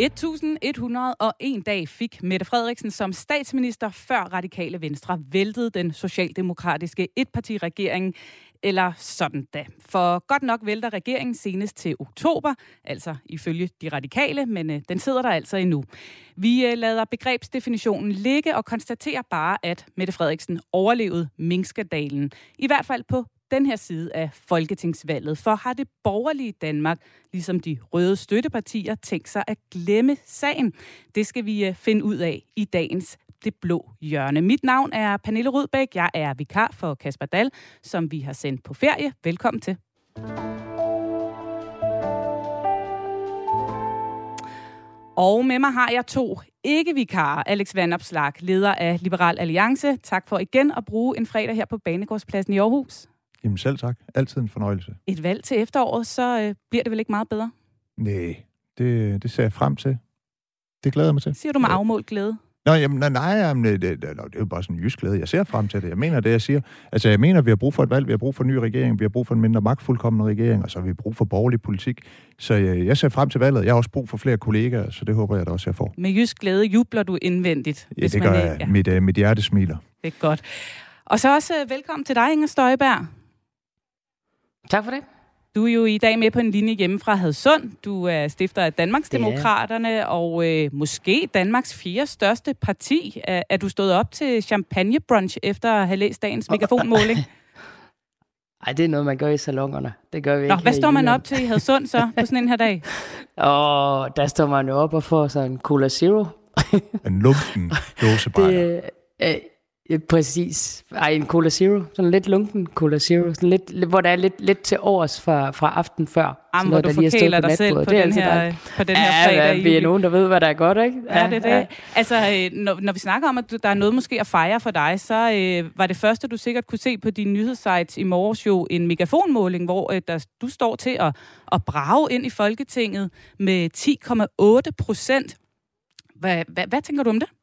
1101 dag fik Mette Frederiksen som statsminister, før Radikale Venstre væltede den socialdemokratiske etpartiregering, eller sådan da. For godt nok vælter regeringen senest til oktober, altså ifølge de radikale, men den sidder der altså endnu. Vi lader begrebsdefinitionen ligge og konstaterer bare, at Mette Frederiksen overlevede minkskandalen. I hvert fald på den her side af folketingsvalget, for har det borgerlige Danmark, ligesom de røde støttepartier, tænkt sig at glemme sagen? Det skal vi finde ud af i dagens Det Blå Hjørne. Mit navn er Pernille Rudbæk. Jeg er vikar for Kasper Dahl, som vi har sendt på ferie. Velkommen til. Og med mig har jeg to ikke-vikarer. Alex Vanopslagh, leder af Liberal Alliance. Tak for igen at bruge en fredag her på Banegårdspladsen i Aarhus. Jamen selv tak. Altid en fornøjelse. Et valg til efteråret, så bliver det vel ikke meget bedre? Nej, det ser jeg frem til. Det glæder jeg mig til. Siger du med afmålt glæde? Nej, det er jo bare sådan en jysk glæde. Jeg ser frem til det. Jeg mener det, jeg siger. Altså, jeg mener, vi har brug for et valg, vi har brug for en ny regering, vi har brug for en mindre magtfuldkommende regering, og så har vi brug for borgerlig politik. Så jeg ser frem til valget. Jeg har også brug for flere kollegaer, så det håber jeg da også, jeg får. Med jysk glæde jubler du indvendigt? Ja, det gør jeg. Ja. Mit hjerte smiler. Det er godt. Og så også velkommen til dig, Inger Støjberg. Tak for det. Du er jo i dag med på en linje hjemme fra Hadsund. Du er stifter af Danmarksdemokraterne og måske Danmarks 4. største parti. Er du stået op til champagnebrunch efter at have læst dagens megafonmåling? Nej, det er noget, man gør i salongerne. Det gør vi ikke. Hvad står man op til i Hadsund så på sådan en her dag? Der står man jo op og får sådan en Cola Zero. En lunken dåsebajer. Præcis. En Cola Zero. Sådan lidt lunken Cola Zero. Sådan lidt, hvor der er lidt til overs fra aften før. Jamen, hvor du forkæler dig selv på den her fredag. Ja, vi er nogen, der ved, hvad der er godt, ikke? Ja, det er det. Altså, når vi snakker om, at der er noget måske at fejre for dig, så var det første, du sikkert kunne se på dine nyhedssites i morges jo en megafonmåling, hvor du står til at brage ind i Folketinget med 10,8%. Hvad tænker du om det?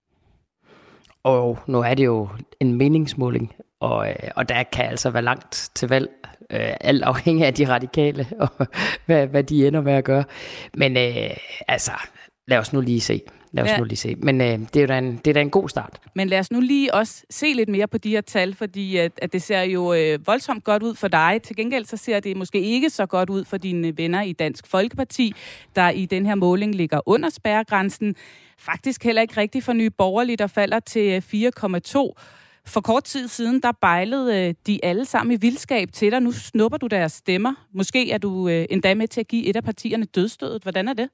Og nu er det jo en meningsmåling, og der kan altså være langt til valg, alt afhængig af de radikale, og hvad de ender med at gøre. Men lad os nu lige se. Men det er da en god start. Men lad os nu lige også se lidt mere på de her tal, fordi at det ser jo voldsomt godt ud for dig. Til gengæld så ser det måske ikke så godt ud for dine venner i Dansk Folkeparti, der i den her måling ligger under spærregrænsen. Faktisk heller ikke rigtigt for Nye Borgerlige, der falder til 4,2. For kort tid siden, der bejlede de alle sammen i vildskab til dig. Nu snupper du deres stemmer. Måske er du endda med til at give et af partierne dødsstødet. Hvordan er det?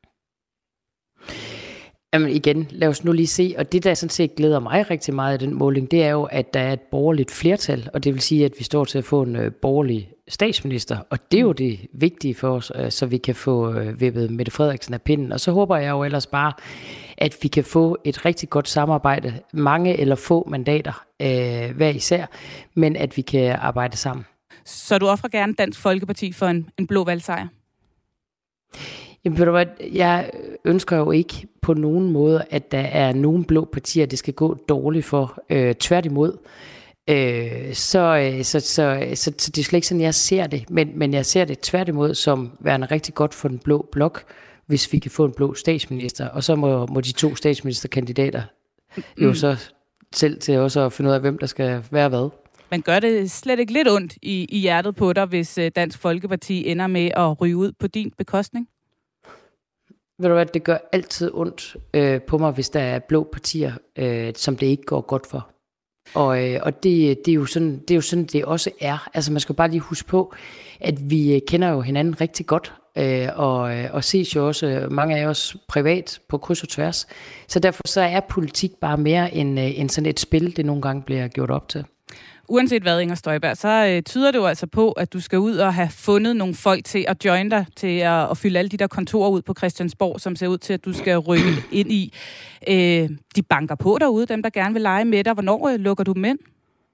Jamen igen, lad os nu lige se, og det der sådan set glæder mig rigtig meget i den måling, det er jo, at der er et borgerligt flertal, og det vil sige, at vi står til at få en borgerlig statsminister, og det er jo det vigtige for os, så vi kan få vippet Mette Frederiksen af pinden, og så håber jeg jo ellers bare, at vi kan få et rigtig godt samarbejde, mange eller få mandater hver især, men at vi kan arbejde sammen. Så du offrer gerne Dansk Folkeparti for en blå valgsejr? Jamen, ved du hvad, jeg ønsker jo ikke på nogen måde, at der er nogen blå partier, det skal gå dårligt for. Tværtimod. Så det er slet ikke sådan, jeg ser det. Men jeg ser det tværtimod som værende rigtig godt for den blå blok, hvis vi kan få en blå statsminister. Og så må de to statsministerkandidater jo så selv til også at finde ud af, hvem der skal være hvad. Men gør det slet ikke lidt ondt i hjertet på dig, hvis Dansk Folkeparti ender med at ryge ud på din bekostning? Ved du hvad, det gør altid ondt på mig, hvis der er blå partier, som det ikke går godt for. Og det er jo sådan, det også er. Altså man skal bare lige huske på, at vi kender jo hinanden rigtig godt, og ses jo også mange af os privat på kryds og tværs. Så derfor så er politik bare mere end sådan et spil, det nogle gange bliver gjort op til. Uanset hvad, Inger Støjberg, så tyder det jo altså på, at du skal ud og have fundet nogle folk til at join dig, til at fylde alle de der kontorer ud på Christiansborg, som ser ud til, at du skal rykke ind i. De banker på derude, dem der gerne vil lege med dig. Hvornår lukker du dem ind?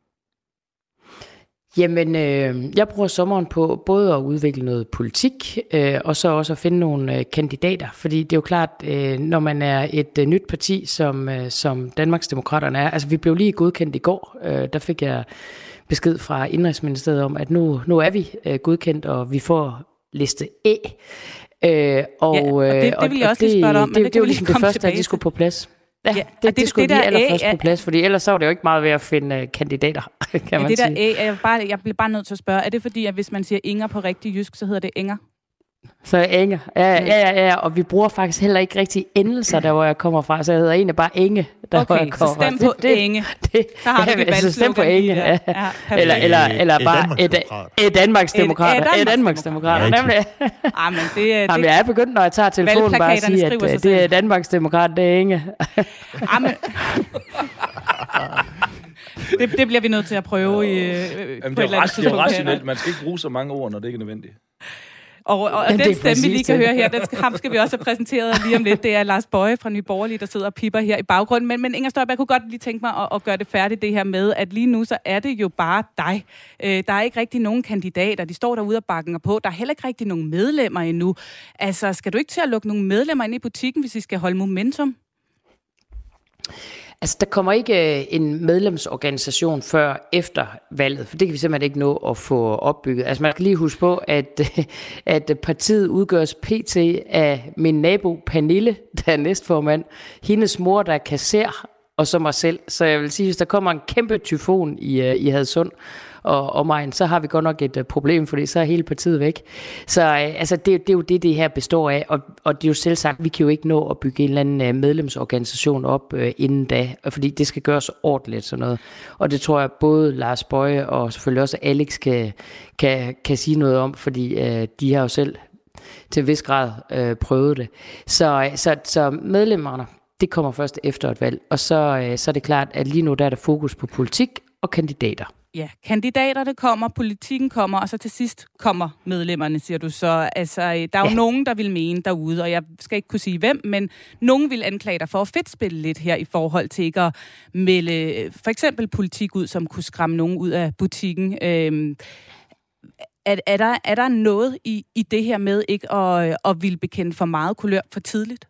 Jamen, jeg bruger sommeren på både at udvikle noget politik, og så også at finde nogle kandidater. Fordi det er jo klart, når man er et nyt parti, som Danmarksdemokraterne er. Altså, vi blev lige godkendt i går. Der fik jeg besked fra Indenrigsministeriet om, at nu er vi godkendt, og vi får liste E. Og det vil jeg også lige spørge dig om, men det var ligesom det første, at de skulle på plads. Ja, det skulle de allerførst på plads, fordi ellers så var det jo ikke meget ved at finde kandidater, kan man sige. Jeg bliver bare nødt til at spørge, er det fordi, at hvis man siger Inger på rigtig jysk, så hedder det Inger? Så Inge. Ja, og vi bruger faktisk heller ikke rigtig endelser, der hvor jeg kommer fra, så jeg hedder egentlig bare Inge, der hvor jeg kommer fra. Så stem på Inge. Så har du det valgslogan. Stem på Inge, ja. Eller bare Danmarksdemokrater. Danmarksdemokrater, nemlig. Jamen, jeg er begyndt, når jeg tager telefonen, bare at sige, at det er Danmarksdemokrater, det er Inge. Det bliver vi nødt til at prøve i det er rationelt. Man skal ikke bruge så mange ord, når det ikke er nødvendigt. Og den stemme, vi lige kan høre her, ham skal vi også have præsenteret lige om lidt. Det er Lars Boje fra Nye Borgerlige, der sidder og pipper her i baggrunden. Men Inger Støjberg, jeg kunne godt lige tænke mig at gøre det færdigt, det her med, at lige nu så er det jo bare dig. Der er ikke rigtig nogen kandidater. De står derude og bakker på. Der er heller ikke rigtig nogen medlemmer endnu. Altså, skal du ikke til at lukke nogle medlemmer ind i butikken, hvis I skal holde momentum? Altså, der kommer ikke en medlemsorganisation før efter valget, for det kan vi simpelthen ikke nå at få opbygget. Altså, man kan lige huske på, at partiet udgøres pt. Af min nabo Pernille, der er næstformand, hendes mor, der er kasser, og så mig selv. Så jeg vil sige, hvis der kommer en kæmpe tyfon i Hadsund og omegn, så har vi godt nok et problem, fordi så er hele partiet væk. Så altså, det er jo det her består af, og det er jo selvsagt, vi kan jo ikke nå at bygge en eller anden medlemsorganisation op inden da, fordi det skal gøres ordentligt sådan noget. Og det tror jeg både Lars Boje og selvfølgelig også Alex kan sige noget om, fordi de har jo selv til en vis grad prøvet det. Så medlemmerne, det kommer først efter et valg, og så er det klart, at lige nu der er der fokus på politik og kandidater. Ja, kandidaterne kommer, politikken kommer, og så til sidst kommer medlemmerne, siger du. Så altså, der er jo nogen, der vil mene derude, og jeg skal ikke kunne sige hvem, men nogen vil anklage dig for at fedtspille lidt her i forhold til ikke at melde for eksempel politik ud, som kunne skræmme nogen ud af butikken. Er der noget i det her med ikke at ville bekende for meget kulør for tidligt?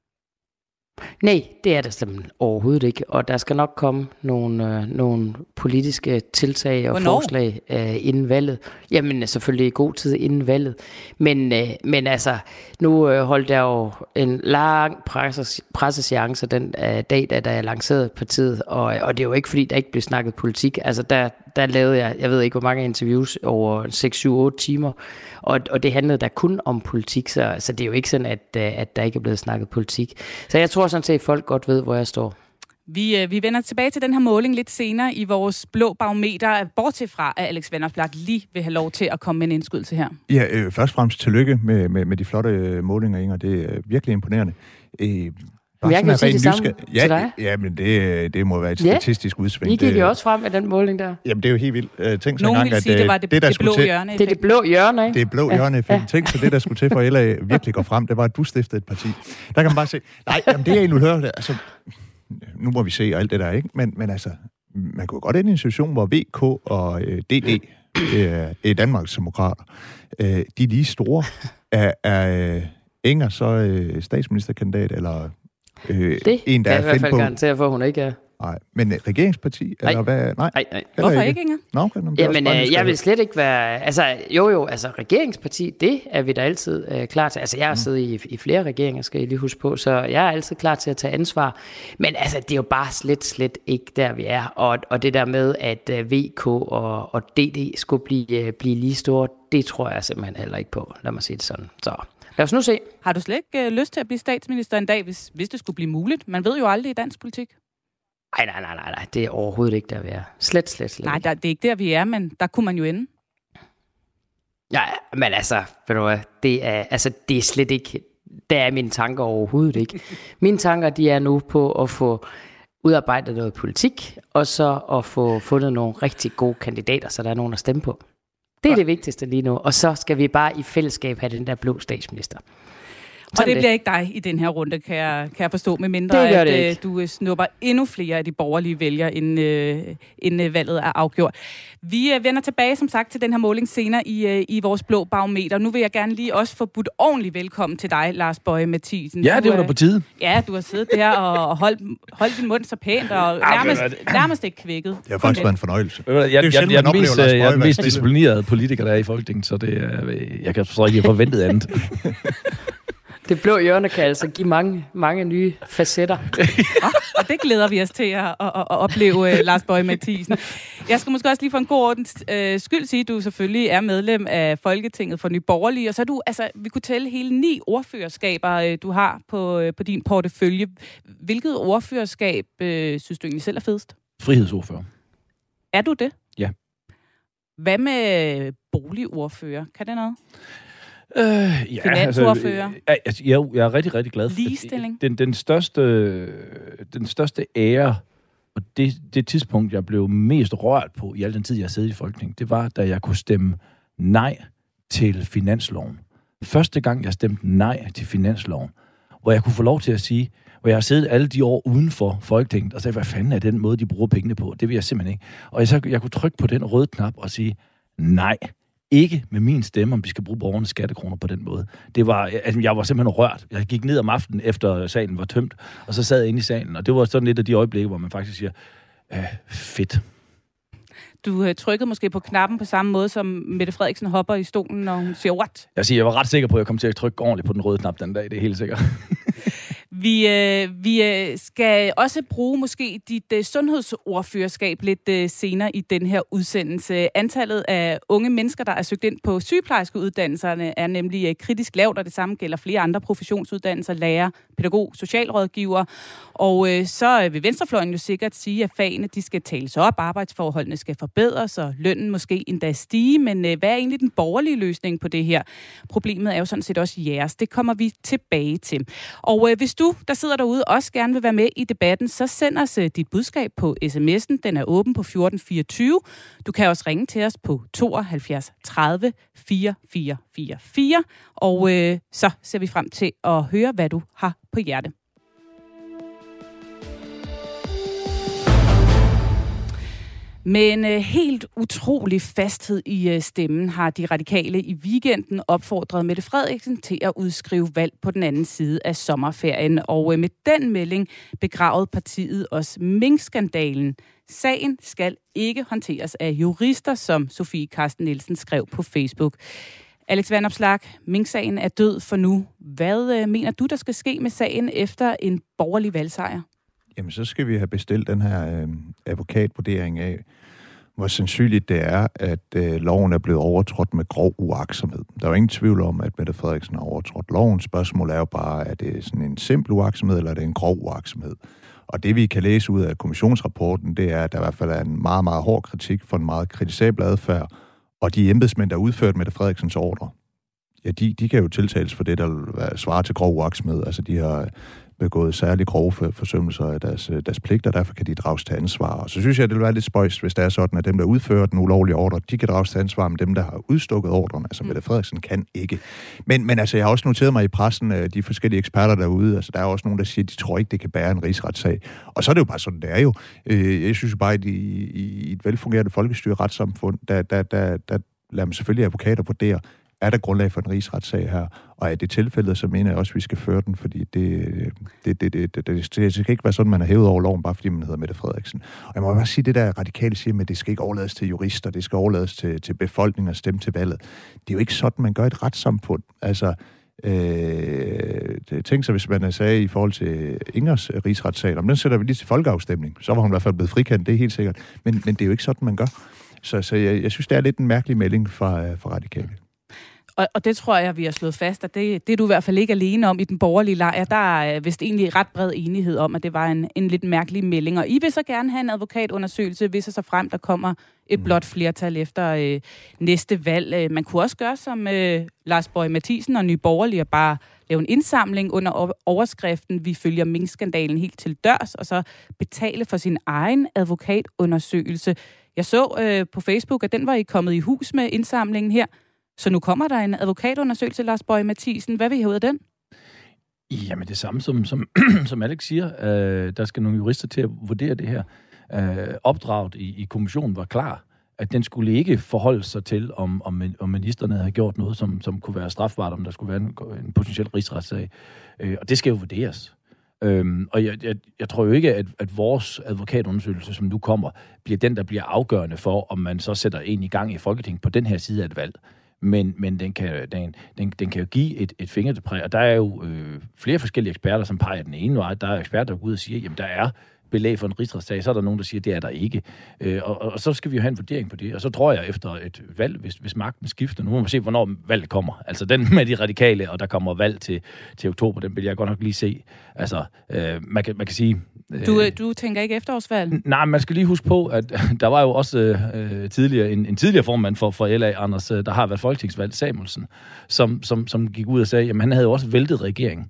Nej, det er der simpelthen overhovedet ikke, og der skal nok komme nogle politiske tiltag og forslag inden valget. Jamen selvfølgelig i god tid inden valget, men altså, nu holdt jeg jo en lang presseseance den dag, da jeg lancerede partiet, og det er jo ikke fordi, der ikke blev snakket politik. Altså der lavede jeg ved ikke hvor mange interviews over 6, 7, 8 timer, og det handlede da kun om politik, så det er jo ikke sådan, at der ikke er blevet snakket politik. Så jeg tror sådan set, at folk godt ved, hvor jeg står. Vi vender tilbage til den her måling lidt senere i vores blå barometer, bortset fra, at Alex Vanopslagh lige vil have lov til at komme med en indskydelse her. Ja, først og fremmest tillykke med de flotte målinger, Inger. Det er virkelig imponerende. Jeg kan sige det samme til dig. Ja, men det må være et statistisk udsving. I gik jo også frem med den måling der. Jamen, det er jo helt vildt. Tænk så nogen vil sige, det var det blå hjørne. Det er det blå hjørne, ikke? Det er blå hjørne. Ja. Tænk så det, der skulle til for LA virkelig går frem. Det var, at du stiftede et parti. Der kan man bare se, nej, jamen, det er nu hører. Altså, nu må vi se alt det der, ikke? Men altså, man kunne godt ind i en situation, hvor VK og DD er Danmarksdemokrater. De er lige store. Er Inger så statsministerkandidat, eller det en, der kan jeg i hvert fald garantere for, at hun ikke er. Nej, men regeringsparti? Eller hvad? Nej. Hvorfor ikke, Inger? Jamen, jeg vil slet ikke være... Altså, altså regeringsparti, det er vi da altid klar til. Altså, jeg har siddet i flere regeringer, skal I lige huske på, så jeg er altid klar til at tage ansvar. Men altså, det er jo bare slet ikke der, vi er. Og det der med, at VK og DD skulle blive lige store, det tror jeg simpelthen heller ikke på. Lad mig sige det sådan. Så... lad os nu se. Har du slet ikke lyst til at blive statsminister en dag, hvis det skulle blive muligt? Man ved jo aldrig i dansk politik. Nej. Det er overhovedet ikke der, vi er. Slet. Nej, det er ikke der, vi er, men der kunne man jo ende. Ja, men altså, ved du hvad, det er slet ikke, der er mine tanker overhovedet ikke. Mine tanker, de er nu på at få udarbejdet noget politik, og så at få fundet nogle rigtig gode kandidater, så der er nogen at stemme på. Det er det vigtigste lige nu, og så skal vi bare i fællesskab have den der blå statsminister. Og det bliver ikke dig i den her runde, kan jeg forstå, med mindre at du snupper endnu flere af de borgerlige vælgere, inden valget er afgjort. Vi vender tilbage, som sagt, til den her måling senere i vores blå barometer. Nu vil jeg gerne lige også få budt ordentligt velkommen til dig, Lars Boje Mathiesen. Ja, det var da på tide. Ja, du har siddet der og holdt din mund så pænt og nærmest ikke kvækket. Det har faktisk været en fornøjelse. Jeg er den mest disciplinerede politiker, der er i Folketinget, så jeg kan forstå ikke, jeg forventet andet. Det blå hjørne kan altså give mange nye facetter. Og det glæder vi os til at opleve, Lars Boje Mathiesen. Jeg skal måske også lige for en god ordens skyld sige, at du selvfølgelig er medlem af Folketinget for Nye Borgerlige, og så er du, vi kunne tælle hele 9 ordførerskaber, du har på din portefølje. Hvilket ordførerskab synes du egentlig selv er fedest? Frihedsordfører. Er du det? Ja. Hvad med boligordfører? Kan det noget? Ja, finansordfører? Jeg er rigtig, rigtig glad for ligestilling. Den største ære, og det tidspunkt, jeg blev mest rørt på i al den tid, jeg har siddet i Folketinget, det var, da jeg kunne stemme nej til finansloven. Første gang, jeg stemte nej til finansloven, hvor jeg kunne få lov til at sige, hvor jeg har siddet alle de år uden for Folketinget, og så hvad fanden er den måde, de bruger pengene på? Det vil jeg simpelthen ikke. Og jeg kunne trykke på den røde knap og sige, nej, ikke med min stemme, om de skal bruge borgernes skattekroner på den måde. Jeg var simpelthen rørt. Jeg gik ned om aftenen, efter salen var tømt, og så sad jeg inde i salen, og det var sådan lidt af de øjeblikke, hvor man faktisk siger, fedt. Du trykkede måske på knappen på samme måde, som Mette Frederiksen hopper i stolen, når hun siger, what? Jeg var ret sikker på, at jeg kom til at trykke ordentligt på den røde knap den dag, det er helt sikkert. Vi skal også bruge måske dit sundhedsordførerskab lidt senere i den her udsendelse. Antallet af unge mennesker, der er søgt ind på sygeplejerskeuddannelserne, er nemlig kritisk lavt, og det samme gælder flere andre professionsuddannelser, lærer, pædagog, socialrådgiver. Og så vil venstrefløjen jo sikkert sige, at fagene de skal tales op, arbejdsforholdene skal forbedres, og lønnen måske endda stige. Men hvad er egentlig den borgerlige løsning på det her? Problemet er jo sådan set også jeres. Det kommer vi tilbage til. Og hvis du, der sidder derude, også gerne vil være med i debatten, så send os dit budskab på sms'en. Den er åben på 1424. Du kan også ringe til os på 72 30 4444. Og så ser vi frem til at høre, hvad du har på hjerte. Med en helt utrolig fasthed i stemmen har de radikale i weekenden opfordret Mette Frederiksen til at udskrive valg på den anden side af sommerferien. Og med den melding begravede partiet også minkskandalen. Sagen skal ikke håndteres af jurister, som Sofie Carsten Nielsen skrev på Facebook. Alex Vanopslagh, minksagen er død for nu. Hvad mener du, der skal ske med sagen efter en borgerlig valgsejr? Jamen, så skal vi have bestilt den her advokatvurdering af, hvor sandsynligt det er, at loven er blevet overtrådt med grov uagtsomhed. Der er jo ingen tvivl om, at Mette Frederiksen har overtrådt loven. Spørgsmålet er jo bare, er det sådan en simpel uagtsomhed, eller er det en grov uagtsomhed? Og det, vi kan læse ud af kommissionsrapporten, det er, at der i hvert fald er en meget, meget hård kritik for en meget kritisabel adfærd, og de embedsmænd, der udførte Mette Frederiksens ordre, ja, de kan jo tiltales for det, der svarer til grov uagtsomhed. Altså, de har begået særlig grove forsømmelser af deres pligter, derfor kan de drages til ansvar. Og så synes jeg, det vil være lidt spøjst, hvis det er sådan, at dem, der udfører den ulovlige ordre, de kan drages til ansvar, men dem, der har udstukket ordren, altså Mette Frederiksen, kan ikke. Men altså, jeg har også noteret mig i pressen, de forskellige eksperter derude, altså der er også nogen, der siger, at de tror ikke, det kan bære en rigsretssag. Og så er det jo bare sådan, det er jo. Jeg synes jo bare, at i et velfungerende folkestyre retssamfund, der lader man selvfølgelig advokater vurdere, er der grundlag for en rigsretssag her? Og er det tilfældet, så mener jeg også, at vi skal føre den, fordi det skal ikke være sådan, man er hævet over loven, bare fordi man hedder Mette Frederiksen. Og jeg må bare sige, det der radikale siger med, at det skal ikke overlades til jurister, det skal overlades til befolkningen og stemme til valget. Det er jo ikke sådan, man gør et retssamfund. Altså, tænk sig, hvis man sagde i forhold til Ingers rigsretssag, om den sætter vi lige til folkeafstemning, så var hun i hvert fald blevet frikendt, det er helt sikkert. Men det er jo ikke sådan, man gør. Så jeg synes, det er lidt en mærkelig melding fra radikale. Og det tror jeg, vi har slået fast, at det er du i hvert fald ikke alene om i den borgerlige lejr. Der er vist egentlig ret bred enighed om, at det var en lidt mærkelig melding. Og I vil så gerne have en advokatundersøgelse, hvis så frem der kommer et blot flertal efter næste valg. Man kunne også gøre som Lars Boje Mathiesen og Nye Borgerlige og bare lave en indsamling under overskriften, vi følger minkskandalen helt til dørs, og så betale for sin egen advokatundersøgelse. Jeg så på Facebook, at den var I kommet i hus med indsamlingen her. Så nu kommer der en advokatundersøgelse, Lars Boje Mathiesen. Hvad vil I have ud af den? Jamen det samme som Alex siger. Der skal nogle jurister til at vurdere det her. Opdraget i kommissionen var klar, at den skulle ikke forholde sig til, om ministerne havde gjort noget, som kunne være strafbart, om der skulle være en potentiel rigsretssag. Og det skal jo vurderes. Og jeg tror jo ikke, at vores advokatundersøgelse, som nu kommer, bliver den, der bliver afgørende for, om man så sætter en i gang i Folketinget på den her side af et valg. Men den kan jo give et fingerpræg, og der er jo flere forskellige eksperter, som peger den ene vej. Der er eksperter, der går ud og siger, jamen der er belæg for en rigsretssag, så er der nogen, der siger, det er der ikke. Og så skal vi jo have en vurdering på det. Og så tror jeg, efter et valg, hvis magten skifter, nu må man se, hvornår valget kommer. Altså den med de radikale, og der kommer valg til oktober, den vil jeg godt nok lige se. Altså, man kan sige... Du tænker ikke efterårsvalg? Nej, man skal lige huske på, at der var jo også tidligere en tidligere formand for LA, Anders, der har været folketingsvalg, Samuelsen, som gik ud og sagde, jamen han havde jo også væltet regeringen.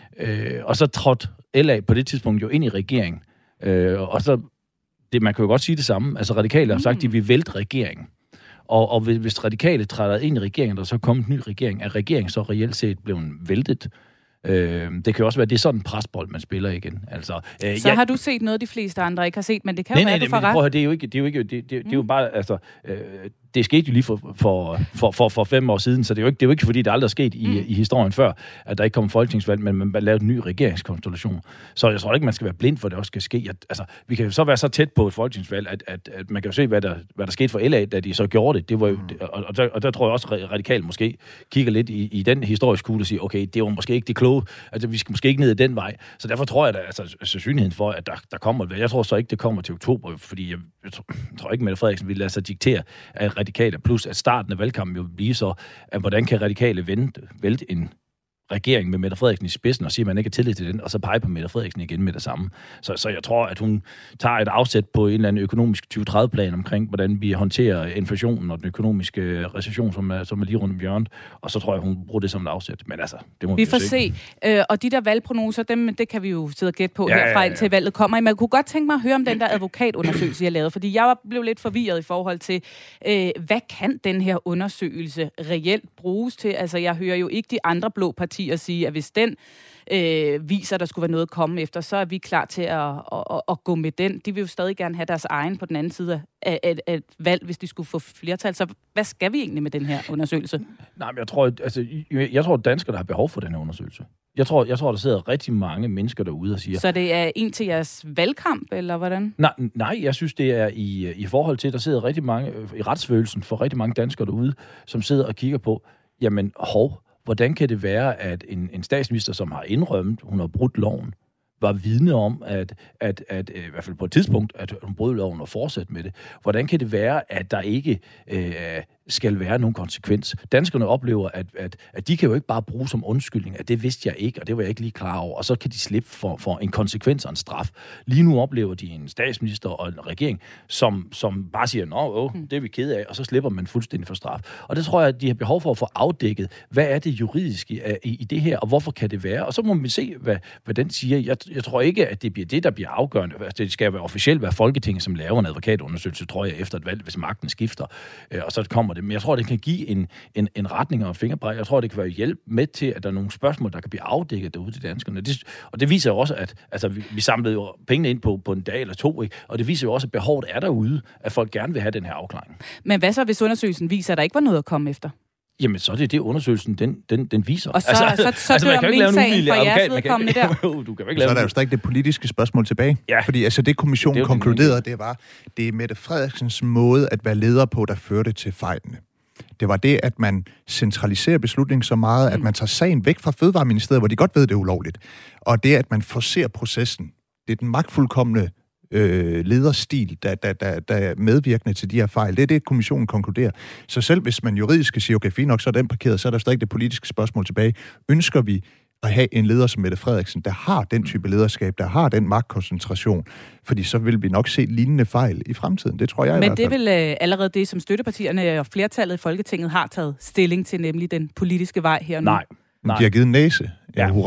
Og så trådte LA på det tidspunkt jo ind i regeringen. Og så, man kan jo godt sige det samme, altså radikale har sagt, at de vil vælte regeringen. Og hvis radikale træder ind i regeringen, og så kommer en ny regering, er regeringen så reelt set blevet væltet? Det kan jo også være, det er sådan en presbold, man spiller igen. Altså, så har du set noget, de fleste andre ikke har set, men det kan jo være, du får ret. Det er jo bare, altså, det skete jo lige for 5 år siden, så det er jo ikke fordi det aldrig er sket i historien før, at der ikke kommer folketingsvalg, men man lavede en ny regeringskonstellation. Så jeg tror ikke, man skal være blind for, at det også skal ske. Altså, vi kan jo så være så tæt på et folketingsvalg, at man kan jo se, hvad der skete for LA, da de så gjorde det. Det var jo, og der tror jeg også, radikalt måske kigger lidt i den historiske kugle og siger, okay, det var måske ikke det kloge, altså vi skal måske ikke ned ad den vej. Så derfor tror jeg, at sandsynligheden for, at der kommer det. Jeg tror så ikke, det kommer til oktober, fordi jeg tror ikke, Mette Frederiksen vil lade sig diktere af radikale, plus at starten af valgkampen jo bliver så, at hvordan kan radikale vælte en regering med Mette Frederiksen i spidsen og sige, at man ikke har tillid til den, og så pege på Mette Frederiksen igen med det samme. Så jeg tror, at hun tager et afsæt på en eller anden økonomisk 2030-plan omkring, hvordan vi håndterer inflationen og den økonomiske recession, som er lige rundt om hjørnet, og så tror jeg, hun bruger det som et afsæt. Men altså, det må vi får se. Og de der valgprognoser, det kan vi jo sidde og gætte på herfra, indtil valget kommer. Men jeg kunne godt tænke mig at høre om den der advokatundersøgelse, jeg lavede, fordi jeg blev lidt forvirret i forhold til, hvad kan den her undersøgelse reelt bruges til? Altså, jeg hører jo ikke de andre blå partier at sige, at hvis den viser, at der skulle være noget at komme efter, så er vi klar til at gå med den. De vil jo stadig gerne have deres egen på den anden side af et valg, hvis de skulle få flertal. Så hvad skal vi egentlig med den her undersøgelse? Nej, men jeg tror, at danskerne har behov for den her undersøgelse. Jeg tror, der sidder rigtig mange mennesker derude og siger... Så det er en til jeres valgkamp, eller hvordan? Nej, jeg synes, det er i forhold til, der sidder rigtig mange, i retsfølelsen for rigtig mange danskere derude, som sidder og kigger på, jamen, hvordan kan det være, at en statsminister, som har indrømmet, hun har brudt loven, var vidne om, at i hvert fald på et tidspunkt, at hun brød loven og fortsætte med det. Hvordan kan det være, at der ikke skal være nogen konsekvens? Danskerne oplever, at de kan jo ikke bare bruge som undskyldning, at det vidste jeg ikke, og det var jeg ikke lige klar over, og så kan de slippe for en konsekvens og en straf. Lige nu oplever de en statsminister og en regering, som bare siger, det er vi ked af, og så slipper man fuldstændig for straf. Og det tror jeg, at de har behov for at få afdækket, hvad er det juridiske i det her, og hvorfor kan det være? Og så må man se, hvad den siger. Jeg tror ikke, at det bliver det, der bliver afgørende. Det skal være officielt være Folketinget, som laver en advokatundersøgelse, tror jeg, efter et valg, hvis magten skifter, og så kommer det. Men jeg tror, det kan give en retning og en fingerbræk. Jeg tror, det kan være hjælp med til, at der er nogle spørgsmål, der kan blive afdækket derude til danskerne. Og det viser jo også, at altså, vi samlede jo pengene ind på en dag eller to, ikke? Og det viser jo også, at behovet er derude, at folk gerne vil have den her afklaring. Men hvad så, hvis undersøgelsen viser, at der ikke var noget at komme efter? Jamen, så er det undersøgelsen, den viser. Og så dør min sag for jeres vedkommende der. Du kan ikke så er der jo stadig det politiske spørgsmål tilbage. Ja. Fordi altså, det kommissionen konkluderede, det er Mette Frederiksens måde at være leder på, der førte til fejlene. Det var det, at man centraliserer beslutningen så meget, at man tager sagen væk fra Fødevareministeriet, hvor de godt ved, det er ulovligt. Og det, at man forcerer processen. Det er den magtfuldkomne lederstil, der er medvirkende til de her fejl. Det er det, kommissionen konkluderer. Så selv hvis man juridisk skal sige, okay, fint nok, så er den parkeret, så er der stadig det politiske spørgsmål tilbage. Ønsker vi at have en leder som Mette Frederiksen, der har den type lederskab, der har den magtkoncentration? Fordi så vil vi nok se lignende fejl i fremtiden. Det tror jeg. Men det er vel allerede det, som støttepartierne og flertallet i Folketinget har taget stilling til, nemlig den politiske vej her nu? Nej. De har givet en næse. Ja. Hurra.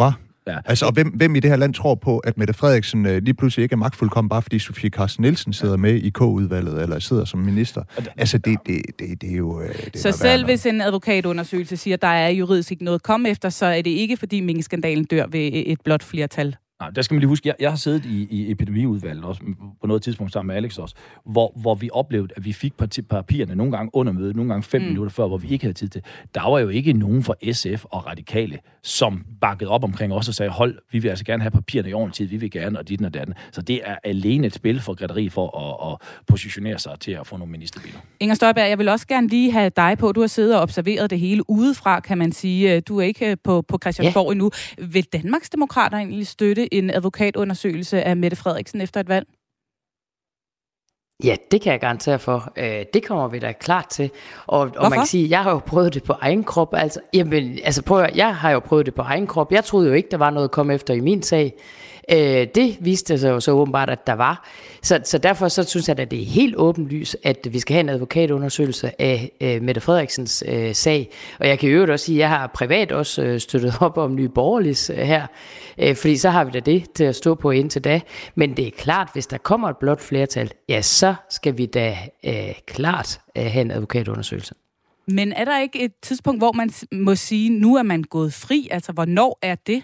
Ja. Altså, og hvem i det her land tror på, at Mette Frederiksen lige pludselig ikke er magtfuldkommen, bare fordi Sofie Carsten Nielsen sidder med i K-udvalget, eller sidder som minister? Altså, det er jo... Så selv hvis en advokatundersøgelse siger, at der er juridisk ikke noget at komme efter, så er det ikke, fordi minkskandalen dør ved et blot flertal? Nej, der skal man lige huske, jeg har siddet i epidemiudvalget også, på noget tidspunkt sammen med Alex også, hvor vi oplevede, at vi fik papirerne nogle gange under mødet, nogle gange 5 minutter før, hvor vi ikke havde tid til. Der var jo ikke nogen fra SF og Radikale, som bakkede op omkring os og sagde, hold, vi vil altså gerne have papirerne i ordentlig tid, vi vil gerne, og dit og datten. Så det er alene et spil for Grætteri for at positionere sig til at få nogle ministerbiler. Inger Støjberg, jeg vil også gerne lige have dig på. Du har siddet og observeret det hele udefra, kan man sige. Du er ikke på Christiansborg endnu. Vil Danmarksdemokraterne egentlig støtte en advokatundersøgelse af Mette Frederiksen efter et valg? Ja, det kan jeg garantere for. Det kommer vi da klart til. Og man kan sige, jeg har jo prøvet det på egen krop. Jeg har jo prøvet det på egen krop. Jeg troede jo ikke, der var noget at komme efter i min sag. Det viste sig jo så åbenbart, at der var. Så derfor så synes jeg, at det er helt åbenlyst, at vi skal have en advokatundersøgelse af Mette Frederiksens sag. Og jeg kan jo også sige, at jeg har privat også støttet op om Nye Borgerliges her. Fordi så har vi da det til at stå på indtil da. Men det er klart, hvis der kommer et blot flertal, ja, så skal vi da klart have en advokatundersøgelse. Men er der ikke et tidspunkt, hvor man må sige, nu er man gået fri? Altså, hvornår er det?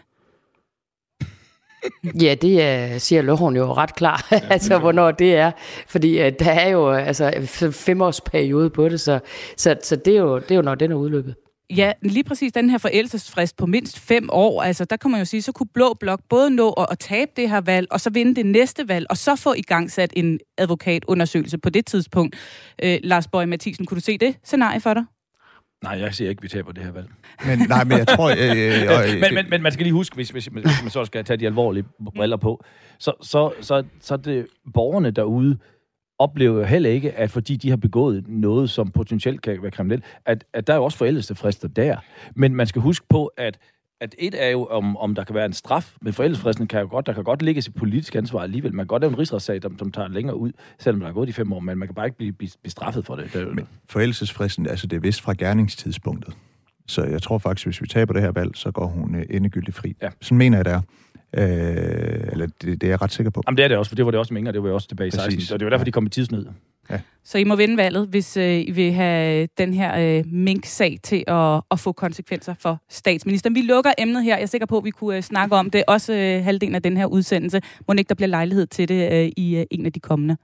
Ja, det siger loven jo ret klar, altså hvornår det er. Fordi der er jo 5-årsperiode på det, så det er jo, når den er udløbet. Ja, lige præcis den her forældelsesfrist på mindst 5 år, altså der kan man jo sige, så kunne Blå Blok både nå at tabe det her valg, og så vinde det næste valg, og så få igangsat en advokatundersøgelse på det tidspunkt. Lars Boje Mathiesen, kunne du se det scenarie for dig? Nej, jeg siger ikke, vi taber det her valg. Men jeg tror... Men man skal lige huske, hvis man så skal tage de alvorlige briller på, så det borgerne derude oplever jo heller ikke, at fordi de har begået noget, som potentielt kan være kriminelt, at der er jo også forældelsesfrister der. Men man skal huske på, at et er jo, om der kan være en straf, men forældelsesfristen der kan godt ligge sit politisk ansvar alligevel. Man kan godt lave en rigsretssag, som tager længere ud, selvom der er gået de 5 år, men man kan bare ikke blive straffet for det. Men forældelsesfristen, altså det er vist fra gerningstidspunktet. Så jeg tror faktisk, hvis vi taber det her valg, så går hun endegyldigt fri. Ja. Sådan mener jeg, det er. Eller det er jeg ret sikker på. Jamen det er det også, for det var det også med Inger, det var jo også tilbage i 16, så det var derfor, de kom i tidsnød. Ja. Så I må vinde valget, hvis I vil have den her mink-sag til at få konsekvenser for statsministeren. Vi lukker emnet her. Jeg er sikker på, at vi kunne snakke om det. Også halvdelen af den her udsendelse. Må ikke der bliver lejlighed til det i en af de kommende.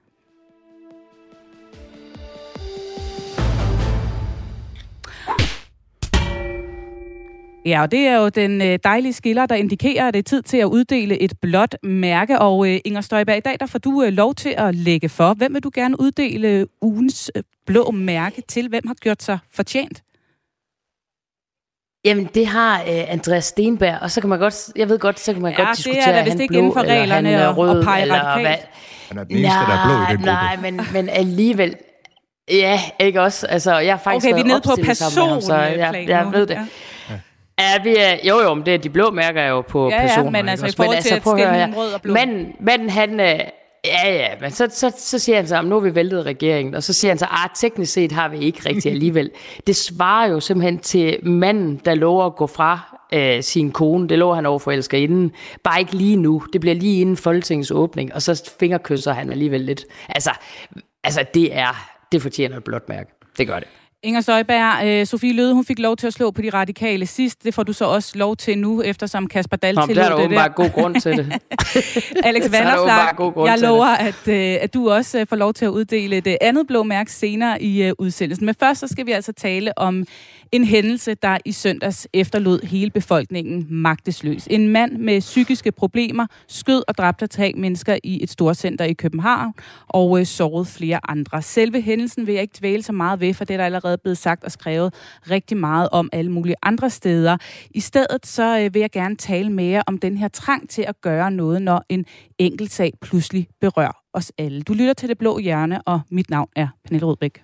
Ja, og det er jo den dejlige skiller, der indikerer, at det er tid til at uddele et blåt mærke. Og Inger Støjberg, i dag der får du lov til at lægge for. Hvem vil du gerne uddele ugens blå mærke til? Hvem har gjort sig fortjent? Jamen, det har Andreas Steenberg, og så kan man godt, jeg ved godt, så kan man godt diskutere, det er da vist ikke inden for reglerne rød, og pege radikalt. Han er den eneste, der er blå i den gruppe. Nej, men alligevel, ja, ikke også? Altså, jeg har faktisk okay, vi er nede på person, så jeg ved det. Ja. Ja, vi er, jo, men det er de blå mærker jo på personer. Ja, men altså i forhold til at skille rød og blå. Men han, men så siger han så, nu har vi væltet regeringen, og så siger han så, teknisk set har vi ikke rigtig alligevel. Det svarer jo simpelthen til manden, der lover at gå fra sin kone. Det lover han over for elskerinden. Bare ikke lige nu. Det bliver lige inden Folketingets åbning, og så fingerkysser han alligevel lidt. Altså det fortjener et blåt mærke. Det gør det. Inger Støjberg, Sofie Løhde, hun fik lov til at slå på de radikale sidst. Det får du så også lov til nu, eftersom Kasper Dahl tillod det der. Der er der åbenbart god grund til det. Alex Vanopslagh, jeg lover, at du også får lov til at uddele et andet blå mærke senere i udsendelsen. Men først så skal vi altså tale om en hændelse, der i søndags efterlod hele befolkningen magtesløs. En mand med psykiske problemer skød og dræbte 3 mennesker i et storcenter i København og sårede flere andre. Selve hændelsen vil jeg ikke dvæle så meget ved, for det er der allerede blevet sagt og skrevet rigtig meget om alle mulige andre steder. I stedet så vil jeg gerne tale mere om den her trang til at gøre noget, når en enkelt sag pludselig berører os alle. Du lytter til Det Blå Hjørne, og mit navn er Pernille Rødbæk.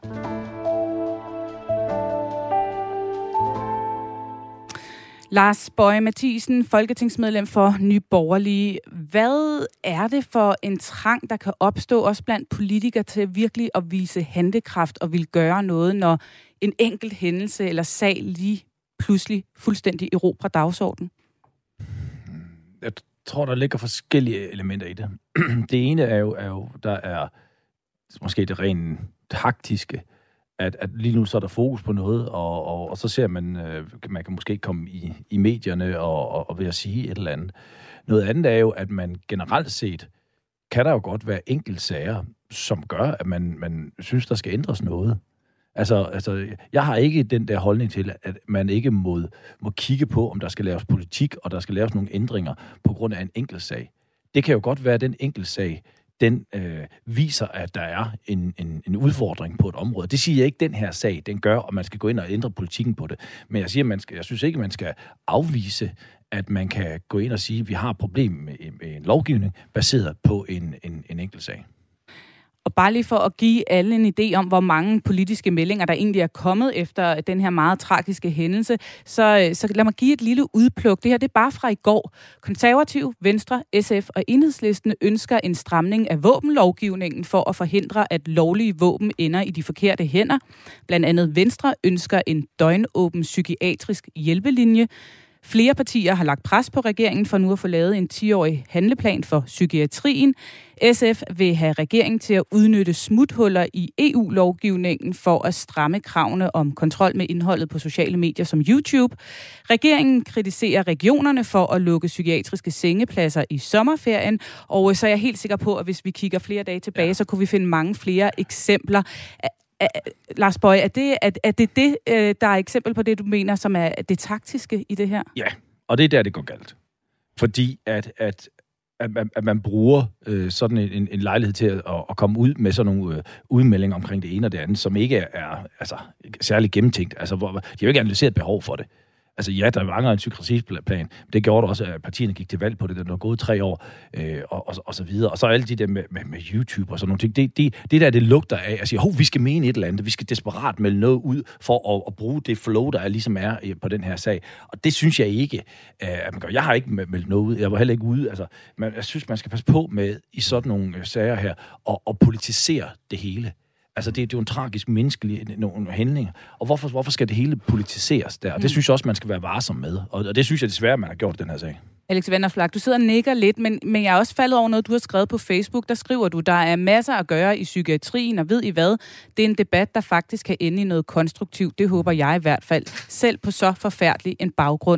Lars Boje Mathiesen, folketingsmedlem for Nye Borgerlige. Hvad er det for en trang, der kan opstå også blandt politikere til virkelig at vise handlekraft og vil gøre noget, når en enkelt hændelse eller sag lige pludselig fuldstændig erobrer dagsordenen? jeg tror, der ligger forskellige elementer i det. Det ene er jo der er måske det rent taktiske, at lige nu så er der fokus på noget, og så ser man kan måske komme i medierne og ved at sige et eller andet. Noget andet er jo, at man generelt set, kan der jo godt være enkelte sager, som gør, at man synes, der skal ændres noget. Altså, jeg har ikke den der holdning til, at man ikke må kigge på, om der skal laves politik, og der skal laves nogle ændringer på grund af en enkelt sag. Det kan jo godt være, at den enkelte sag, den viser, at der er en udfordring på et område. Det siger jeg ikke, den her sag, den gør, og man skal gå ind og ændre politikken på det. Men jeg siger, jeg synes ikke, man skal afvise, at man kan gå ind og sige, at vi har et problem med en lovgivning, baseret på en enkelt sag. Og bare lige for at give alle en idé om, hvor mange politiske meldinger, der egentlig er kommet efter den her meget tragiske hændelse, så lad mig give et lille udpluk. Det her, det er bare fra i går. Konservativ, Venstre, SF og Enhedslisten ønsker en stramning af våbenlovgivningen for at forhindre, at lovlige våben ender i de forkerte hænder. Blandt andet Venstre ønsker en døgnåben psykiatrisk hjælpelinje. Flere partier har lagt pres på regeringen for nu at få lavet en 10-årig handleplan for psykiatrien. SF vil have regeringen til at udnytte smuthuller i EU-lovgivningen for at stramme kravene om kontrol med indholdet på sociale medier som YouTube. Regeringen kritiserer regionerne for at lukke psykiatriske sengepladser i sommerferien, og så er jeg helt sikker på, at hvis vi kigger flere dage tilbage, så kunne vi finde mange flere eksempler. Lars Boje, er det, der er eksempel på det, du mener, som er det taktiske i det her? Ja, og det er der, det går galt. Fordi at man bruger sådan en lejlighed til at komme ud med sådan nogle udmeldinger omkring det ene og det andet, som ikke er særlig gennemtænkt. Altså, de har jo ikke analyseret behov for det. Altså ja, der mangler en psykiatriplan. Det gjorde det også, at partierne gik til valg på det, der var gået 3 år, og så videre. Og så alle de der med YouTube og sådan nogle ting. Det der, det lugter af at sige, vi skal mene et eller andet, vi skal desperat melde noget ud for at bruge det flow, der ligesom er på den her sag. Og det synes jeg ikke, at man gør. Jeg har ikke meldt noget ud. Jeg var heller ikke ude. Altså, jeg synes, man skal passe på med i sådan nogle sager her og politisere det hele. Altså, det er jo en tragisk menneskelig nogle handlinger. Og hvorfor skal det hele politiseres der? Det synes jeg også, man skal være varsom med. Og det synes jeg desværre, man har gjort i den her sag. Alex Vanopslagh, du sidder og nikker lidt, men jeg er også faldet over noget, du har skrevet på Facebook. Der skriver du, der er masser at gøre i psykiatrien, og ved I hvad? Det er en debat, der faktisk kan ende i noget konstruktivt. Det håber jeg i hvert fald. Selv på så forfærdelig en baggrund.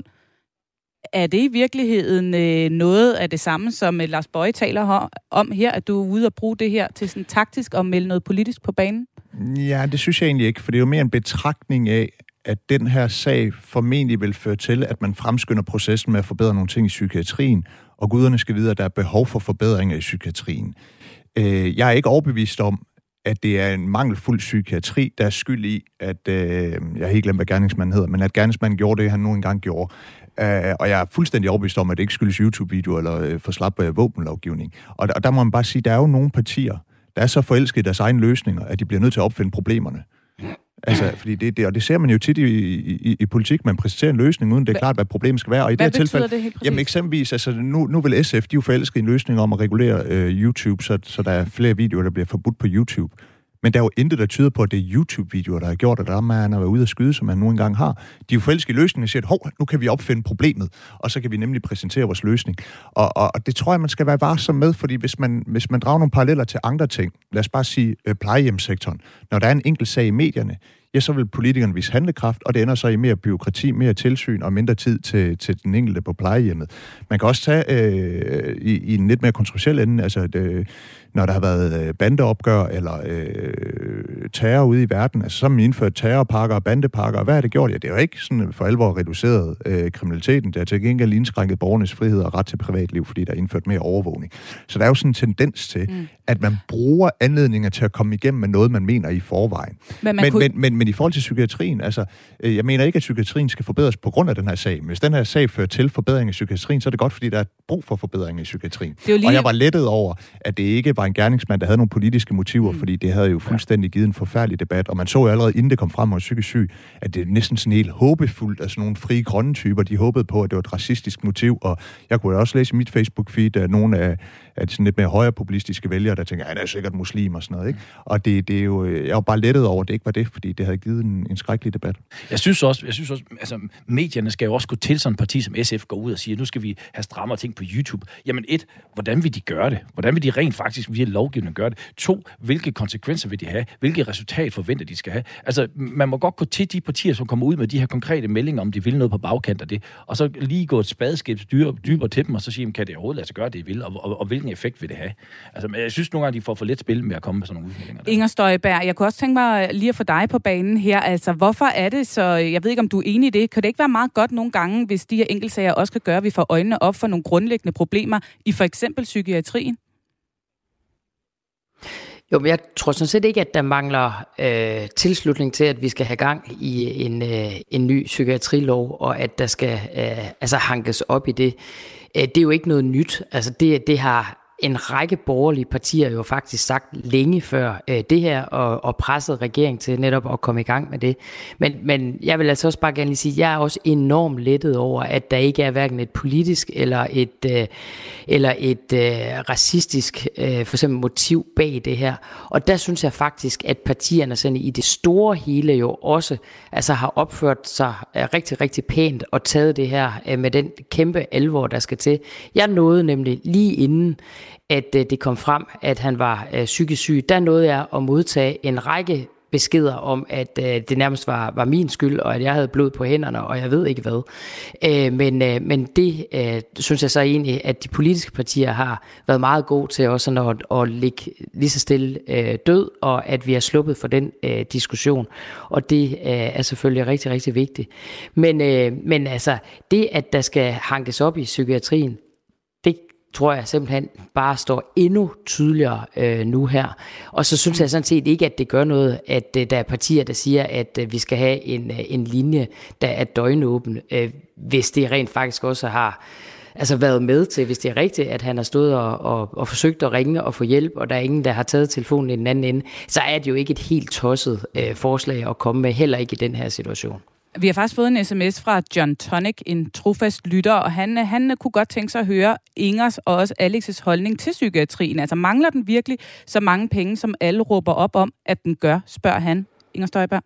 Er det i virkeligheden noget af det samme, som Lars Boje taler om her, at du er ude og bruge det her til sådan taktisk og melde noget politisk på banen? Ja, det synes jeg egentlig ikke, for det er jo mere en betragtning af, at den her sag formentlig vil føre til, at man fremskynder processen med at forbedre nogle ting i psykiatrien, og guderne skal vide, at der er behov for forbedringer i psykiatrien. Jeg er ikke overbevist om, at det er en mangelfuld psykiatri, der er skyld i, at, jeg har ikke glemt, hvad gerningsmanden hedder, men at gerningsmanden gjorde det, han nu engang gjorde. Og jeg er fuldstændig overbevist om, at det ikke skyldes YouTube-videoer eller for slap våbenlovgivning. Og der må man bare sige, at der er jo nogle partier, der er så forelskede i deres egne løsninger, at de bliver nødt til at opfinde problemerne. Altså, fordi det ser man jo tit i politik, man præsenterer en løsning, uden det er klart, hvad problemet skal være. Og i det her tilfælde, det helt præcis? Jamen eksempelvis, altså nu vil SF, de er jo forelskede i en løsning om at regulere YouTube, så der er flere videoer, der bliver forbudt på YouTube. Men der er jo intet, der tyder på, at det er YouTube-videoer, der har gjort, at der er man har været ude at skyde, som man nu engang har. De er jo forelskede i løsningen og siger, at nu kan vi opfinde problemet, og så kan vi nemlig præsentere vores løsning. Og det tror jeg, man skal være varsom med, fordi hvis man drager nogle paralleller til andre ting, lad os bare sige plejehjemssektoren, når der er en enkelt sag i medierne, ja, så vil politikerne vise handlekraft, og det ender så i mere byråkrati, mere tilsyn og mindre tid til den enkelte på plejehjemmet. Man kan også tage i en lidt mere kontroversiel ende, altså når der har været bandeopgør eller terror ude i verden, altså så har man indført terrorpakker og bandepakker, og hvad har det gjort? Ja, det er jo ikke sådan for alvor reduceret kriminaliteten, det har til gengæld indskrænket borgernes frihed og ret til privatliv, fordi der er indført mere overvågning. Så der er jo sådan en tendens til, at man bruger anledninger til at komme igennem med noget, man mener i forvejen. Men i forhold til psykiatrien, altså, jeg mener ikke, at psykiatrien skal forbedres på grund af den her sag. Men hvis den her sag fører til forbedring i psykiatrien, så er det godt, fordi der er brug for forbedring i psykiatrien. Og jeg var lettet over, at det ikke var en gerningsmand, der havde nogle politiske motiver, fordi det havde jo fuldstændig givet en forfærdelig debat. Og man så jo allerede, inden det kom frem hos psykisk syg, at det er næsten sådan helt håbefuldt af sådan nogle frie grønne typer. De håbede på, at det var et racistisk motiv. Og jeg kunne også læse i mit Facebook-feed, at nogle af de sådan lidt mere højere populistiske vælgere, der tænker, at han er sikkert muslim og sådan noget. Ikke? Og det er jo, jeg var bare lettet over, at det ikke var det, fordi det havde givet en skrækkelig debat. Jeg synes også, altså medierne skal jo også gå til sådan et parti som SF går ud og siger, nu skal vi have strammere ting. på YouTube. Jamen hvordan vil de gøre det? Hvordan vil de rent faktisk via lovgivning gøre det? 2, hvilke konsekvenser vil de have? Hvilke resultat forventer de skal have? Altså, man må godt gå til de partier, som kommer ud med de her konkrete meldinger, om de vil noget på bagkant af det, og så lige gå et spadeskab dybere til dem, og så sige, kan det overhovedet lade sig gøre, det vil, og hvilken effekt vil det have? Altså, jeg synes nogle gange, de får for let spil med at komme med sådan nogle udmeldinger. Inger Støjberg, jeg kunne også tænke mig lige at få dig på banen her. Altså, hvorfor er det så, jeg ved ikke, om du er enig i det, kan det ikke være meget godt nogle gange, hvis de her enkeltsager også kan gøre, at vi får øjnene op for nogle grundlæggende problemer i for eksempel psykiatrien? Jo, men jeg tror sådan set ikke, at der mangler tilslutning til, at vi skal have gang i en ny psykiatrilov, og at der skal hankes op i det. Det er jo ikke noget nyt. Altså det har en række borgerlige partier jo faktisk sagt længe før det her, og presset regeringen til netop at komme i gang med det. Men jeg vil altså også bare gerne lige sige, at jeg er også enormt lettet over, at der ikke er hverken et politisk eller et racistisk for eksempel motiv bag det her. Og der synes jeg faktisk, at partierne sådan i det store hele jo også har opført sig rigtig, rigtig pænt og taget det her med den kæmpe alvor, der skal til. Jeg nåede nemlig lige inden, at det kom frem, at han var psykisk syg, der nåede jeg at modtage en række beskeder om, at det nærmest var min skyld, og at jeg havde blod på hænderne, og jeg ved ikke hvad. Men det synes jeg så egentlig, at de politiske partier har været meget gode til også at ligge lige så stille død, og at vi har sluppet for den diskussion. Og det er selvfølgelig rigtig, rigtig vigtigt. Men altså, det at der skal hankes op i psykiatrien, tror jeg simpelthen bare står endnu tydeligere nu her. Og så synes jeg sådan set ikke, at det gør noget, at der er partier, der siger, at vi skal have en linje, der er døgnåben, hvis det rent faktisk også har været med til, hvis det er rigtigt, at han har stået og forsøgt at ringe og få hjælp, og der er ingen, der har taget telefonen i den anden ende, så er det jo ikke et helt tosset forslag at komme med, heller ikke i den her situation. Vi har faktisk fået en sms fra John Tonic, en trofast lytter, og han kunne godt tænke sig at høre Ingers og også Alex' holdning til psykiatrien. Altså mangler den virkelig så mange penge, som alle råber op om, at den gør, spørger han. Inger Støjberg?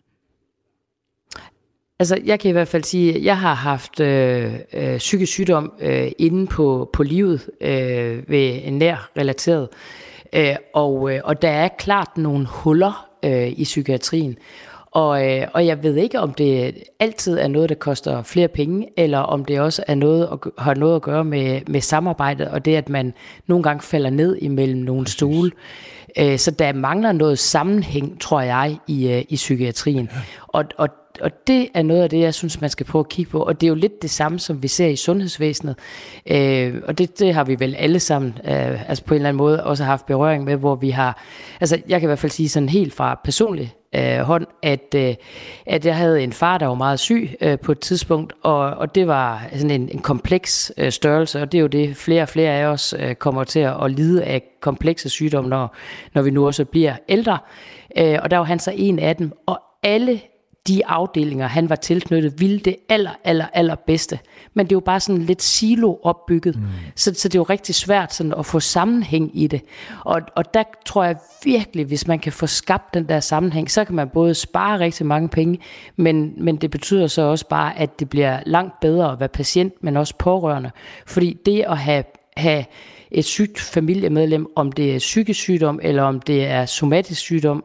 Altså, jeg kan i hvert fald sige, at jeg har haft psykisk sygdom inde på livet ved en nær relateret. Og der er klart nogle huller i psykiatrien. Og jeg ved ikke, om det altid er noget, der koster flere penge, eller om det også er har noget at gøre med samarbejdet, og det, at man nogle gange falder ned imellem nogle stole. Så der mangler noget sammenhæng, tror jeg, i psykiatrien. Og det er noget af det, jeg synes, man skal prøve at kigge på. Og det er jo lidt det samme, som vi ser i sundhedsvæsenet. Og det har vi vel alle sammen på en eller anden måde også haft berøring med, hvor vi har... Altså, jeg kan i hvert fald sige sådan helt fra personlig hånd, at jeg havde en far, der var meget syg på et tidspunkt, og det var sådan en kompleks størrelse, og det er jo det, flere og flere af os kommer til at lide af komplekse sygdomme, når vi nu også bliver ældre. Og der var han så en af dem, og alle de afdelinger, han var tilknyttet, ville det aller bedste. Men det er jo bare sådan lidt silo opbygget. Så det er jo rigtig svært sådan at få sammenhæng i det. Og der tror jeg virkelig, hvis man kan få skabt den der sammenhæng, så kan man både spare rigtig mange penge, men det betyder så også bare, at det bliver langt bedre at være patient, men også pårørende. Fordi det at have et sygt familiemedlem, om det er psykisk sygdom, eller om det er somatisk sygdom,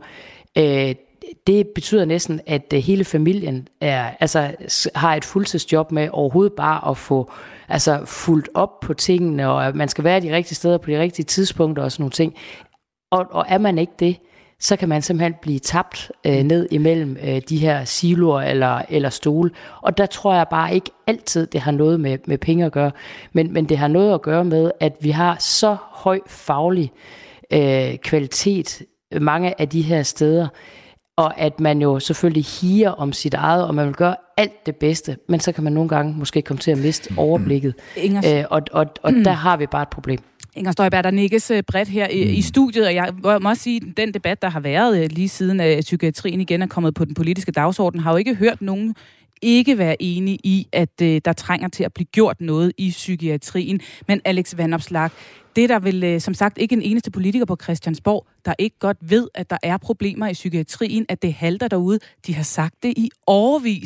det betyder næsten, at hele familien har et fuldtidsjob med overhovedet bare at få fulgt op på tingene, og at man skal være de rigtige steder på de rigtige tidspunkter og sådan nogle ting. Og er man ikke det, så kan man simpelthen blive tabt ned imellem de her siloer eller stole. Og der tror jeg bare ikke altid, det har noget med penge at gøre, men det har noget at gøre med, at vi har så høj faglig kvalitet mange af de her steder, og at man jo selvfølgelig higer om sit eget, og man vil gøre alt det bedste, men så kan man nogle gange måske komme til at miste overblikket. Og der har vi bare et problem. Inger Støjberg, der nikkes bredt her i studiet, og jeg må også sige, at den debat, der har været lige siden psykiatrien igen er kommet på den politiske dagsorden, har jo ikke hørt nogen ikke være enige i, at der trænger til at blive gjort noget i psykiatrien. Men Alex Vanopslagh, det er der vel som sagt ikke en eneste politiker på Christiansborg, der ikke godt ved, at der er problemer i psykiatrien, at det halter derude. De har sagt det i årevis.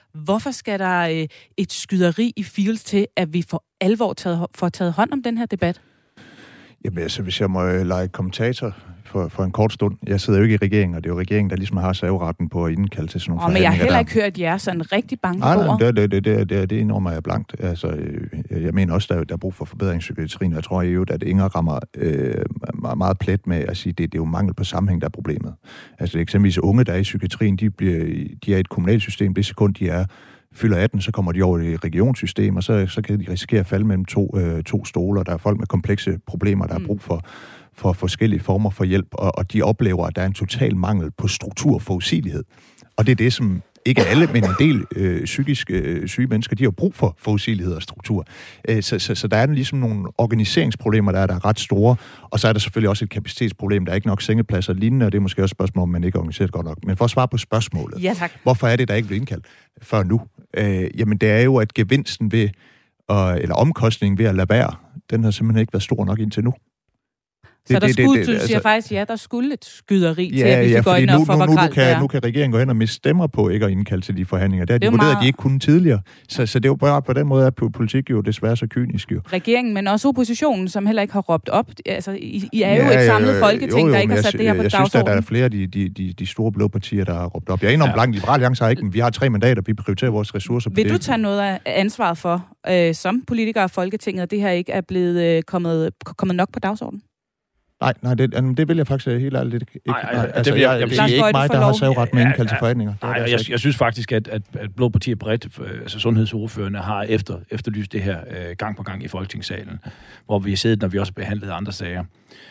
Hvorfor skal der et skyderi i Fields til, at vi for alvor får taget hånd om den her debat? Jamen altså, hvis jeg må lege kommentator for en kort stund. Jeg sidder jo ikke i regeringen, og det er jo regeringen, der ligesom har serveretten på at indkalde til sådan nogle forhandlinger. Men jeg har heller ikke hørt jer sådan rigtig bange på bordet. Det indrømmer jeg blankt. Altså, jeg mener også, der er brug for forbedringspsykiatrien, og jeg tror jo, at Inger rammer meget plet med at sige, det er jo mangel på sammenhæng, der er problemet. Altså eksempelvis unge, der er i psykiatrien, de er i et kommunalt system, det sekund, de fylder 18, så kommer de over i et regionssystem, og så kan de risikere at falde mellem to stoler. Der er folk med komplekse problemer, der har brug for forskellige former for hjælp, og de oplever, at der er en total mangel på struktur og forudsigelighed. Og det er det, som ikke alle, men en del psykisk syge mennesker, de har brug for forudsigelighed og struktur. Så der er ligesom nogle organiseringsproblemer, der er ret store, og så er der selvfølgelig også et kapacitetsproblem. Der er ikke nok sengepladser lignende, og det er måske også et spørgsmål, om man ikke er organiseret godt nok. Men for at svare på spørgsmålet, ja, tak. Hvorfor er det, der ikke bliver indkaldt før nu? Jamen, det er jo, at gevinsten ved, eller omkostningen ved at lade være, den har simpelthen ikke været stor nok indtil nu. Så du siger faktisk, ja, der skulle et skyderi til, at vi kan gå ind og få nu kan regeringen gå hen og miste stemmer på ikke at indkalde til de forhandlinger. Det har de vurderet, at de ikke kunne tidligere. Så det er jo bare på den måde, at politik jo desværre så kynisk jo. Regeringen, men også oppositionen, som heller ikke har råbt op. Altså, I er jo et samlet folketing, der ikke har sat det her på dagsordenen. Jeg synes, at der er flere af de store blå partier, der har råbt op. Jeg er enormt blank. Liberal Alliance har ikke, men vi har 3 mandater, vi prioriterer vores ressourcer på det. Vil du tage noget af ansvaret for, som politiker af Folketinget, at det her ikke er blevet kommet nok på dagsordenen? Nej, det vil jeg faktisk helt ærligt ikke. Det vil jeg sige ikke mig, der har serveret med indkaldelse til forhandlinger. Nej, jeg synes faktisk, at blå partier bredt, altså sundhedsordførerne, har efterlyst det her gang på gang i Folketingssalen, hvor vi har siddet, når vi også behandlede andre sager.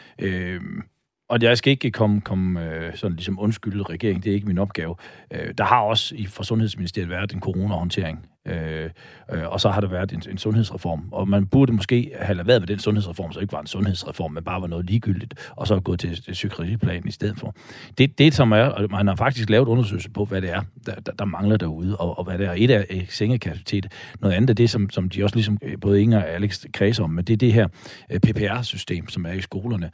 Og jeg skal ikke komme sådan ligesom undskylde regeringen, det er ikke min opgave. Der har også for Sundhedsministeriet været en coronahåndtering, og så har der været en sundhedsreform, og man burde måske have lavet med den sundhedsreform, så ikke var en sundhedsreform, men bare var noget ligegyldigt, og så gået til psykiatriplanen i stedet for. Det som er, og man har faktisk lavet undersøgelser på, hvad det er, der mangler derude, og hvad det er. Et er sengekapacitet, noget andet er det, som de også ligesom, både Inger og Alex kredser om, men det er det her PPR-system, som er i skolerne,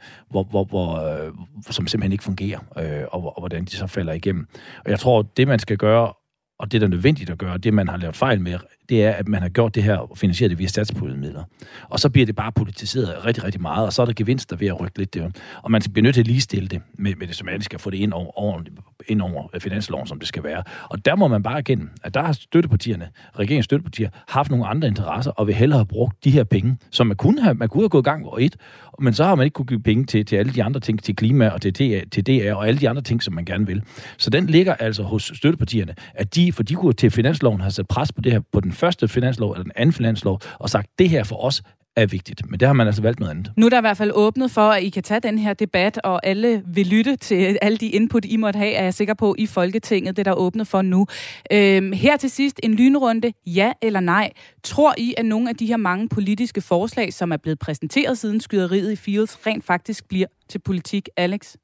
som simpelthen ikke fungerer, og hvordan de så falder igennem. Og jeg tror, det man skal gøre, og det, der er nødvendigt at gøre, det man har lavet fejl med, det er, at man har gjort det her og finansieret det via statspuljemidler. Og så bliver det bare politiseret rigtig, rigtig meget, og så er der gevinster ved at rykke lidt det. Og man bliver nødt til at ligestille det med det somatiske, at få det ind over finansloven, som det skal være. Og der må man bare erkende, at der har regeringens støttepartier, haft nogle andre interesser, og vil hellere have brugt de her penge, som man kunne have gået i gang over et, men så har man ikke kunne give penge til alle de andre ting, til klima og til DR og alle de andre ting, som man gerne vil. Så den ligger altså hos støttepartierne, at for de kunne til finansloven have sat pres på det her, på den første finanslov eller den anden finanslov, og sagt, det her for os er vigtigt. Men det har man altså valgt noget andet. Nu er der i hvert fald åbnet for, at I kan tage den her debat, og alle vil lytte til alle de input, I måtte have, er jeg sikker på, i Folketinget. Det der er åbnet for nu. Her til sidst en lynrunde. Ja eller nej? Tror I, at nogle af de her mange politiske forslag, som er blevet præsenteret siden skyderiet i Fields, rent faktisk bliver til politik, Alex?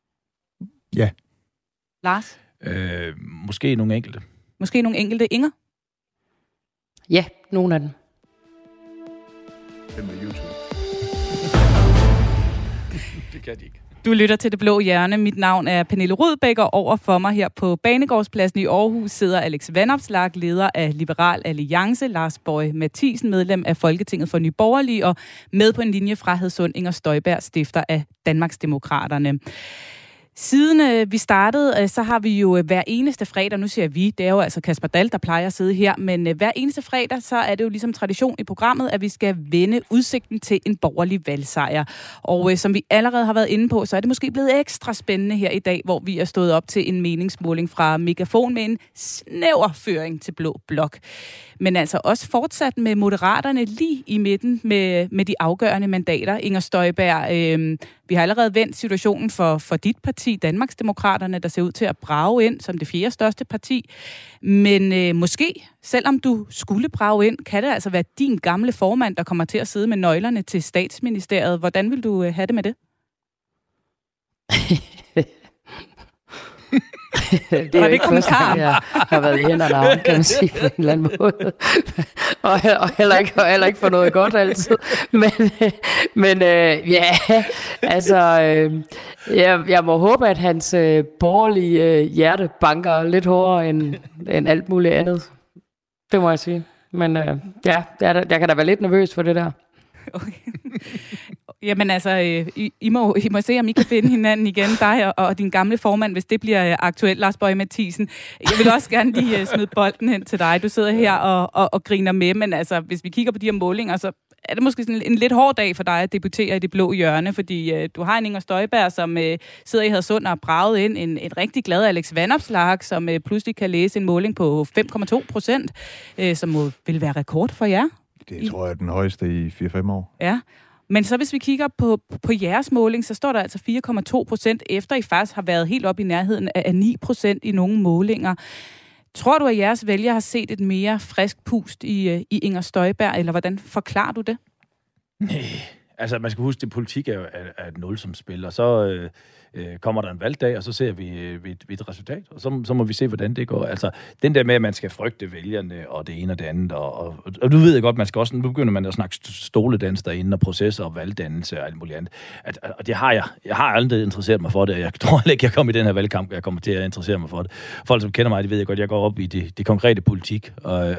Ja. Lars? Måske nogle enkelte. Måske nogle enkelte. Inger? Ja, nogle af dem. Det kan de ikke. Du lytter til Det Blå Hjørne. Mit navn er Pernille Rudbæk, og over for mig her på Banegårdspladsen i Aarhus sidder Alex Vanopslagh, leder af Liberal Alliance, Lars Boje Mathiesen, medlem af Folketinget for Nye Borgerlige, og med på en linje fra Hadsund, Inger Støjberg, stifter af Danmarksdemokraterne. Siden vi startede, så har vi jo hver eneste fredag, nu siger vi, det er jo altså Kasper Dahl, der plejer at sidde her, men hver eneste fredag, så er det jo ligesom tradition i programmet, at vi skal vende udsigten til en borgerlig valgsejr. Og som vi allerede har været inde på, så er det måske blevet ekstra spændende her i dag, hvor vi er stået op til en meningsmåling fra Megafon med en snæver føring til Blå Blok. Men altså også fortsat med Moderaterne lige i midten med de afgørende mandater. Inger Støjberg, vi har allerede vendt situationen for dit parti, Danmarksdemokraterne, der ser ud til at brage ind som det 4. største parti. Men måske, selvom du skulle brage ind, kan det altså være din gamle formand, der kommer til at sidde med nøglerne til statsministeriet. Hvordan vil du have det med det? Det er jo ikke første gang, jeg har været i hænderne af ham, kan man sige, på en eller anden måde. og heller ikke for noget godt altid. Men altså, jeg må håbe, at hans borgerlige hjerte banker lidt hårdere end alt muligt andet. Det må jeg sige. Men ja, jeg kan da være lidt nervøs for det der. Okay. Jamen altså, I må se, om I kan finde hinanden igen, dig og din gamle formand, hvis det bliver aktuelt, Lars Boje Mathiesen. Jeg vil også gerne lige smide bolden hen til dig. Du sidder her og griner med, men altså, hvis vi kigger på de her målinger, så er det måske sådan en lidt hård dag for dig at debutere i det blå hjørne, fordi du har en Inger Støjberg, som sidder i Hadsund og har braget ind en rigtig glad Alex Vanopslagh, som pludselig kan læse en måling på 5,2%, som vil være rekord for jer. Det tror jeg er den højeste i 4-5 år. Ja, men så hvis vi kigger på jeres måling, så står der altså 4,2%, efter I faktisk har været helt op i nærheden af 9% i nogle målinger. Tror du, at jeres vælgere har set et mere frisk pust i Inger Støjberg, eller hvordan forklarer du det? Nej, altså man skal huske, at politik er et nulsumsspil, og så kommer der en valgdag, og så ser vi et resultat, og så må vi se, hvordan det går. Altså, den der med, at man skal frygte vælgerne, og det ene og det andet, og du ved godt, man skal også, nu begynder man at snakke stoledans derinde, og processer og valgdannelse og alt muligt andet. Og det har jeg har aldrig interesseret mig for det, og jeg tror ikke, jeg kommer i den her valgkamp, jeg kommer til at interessere mig for det. Folk, som kender mig, de ved godt, jeg går op i det konkrete politik,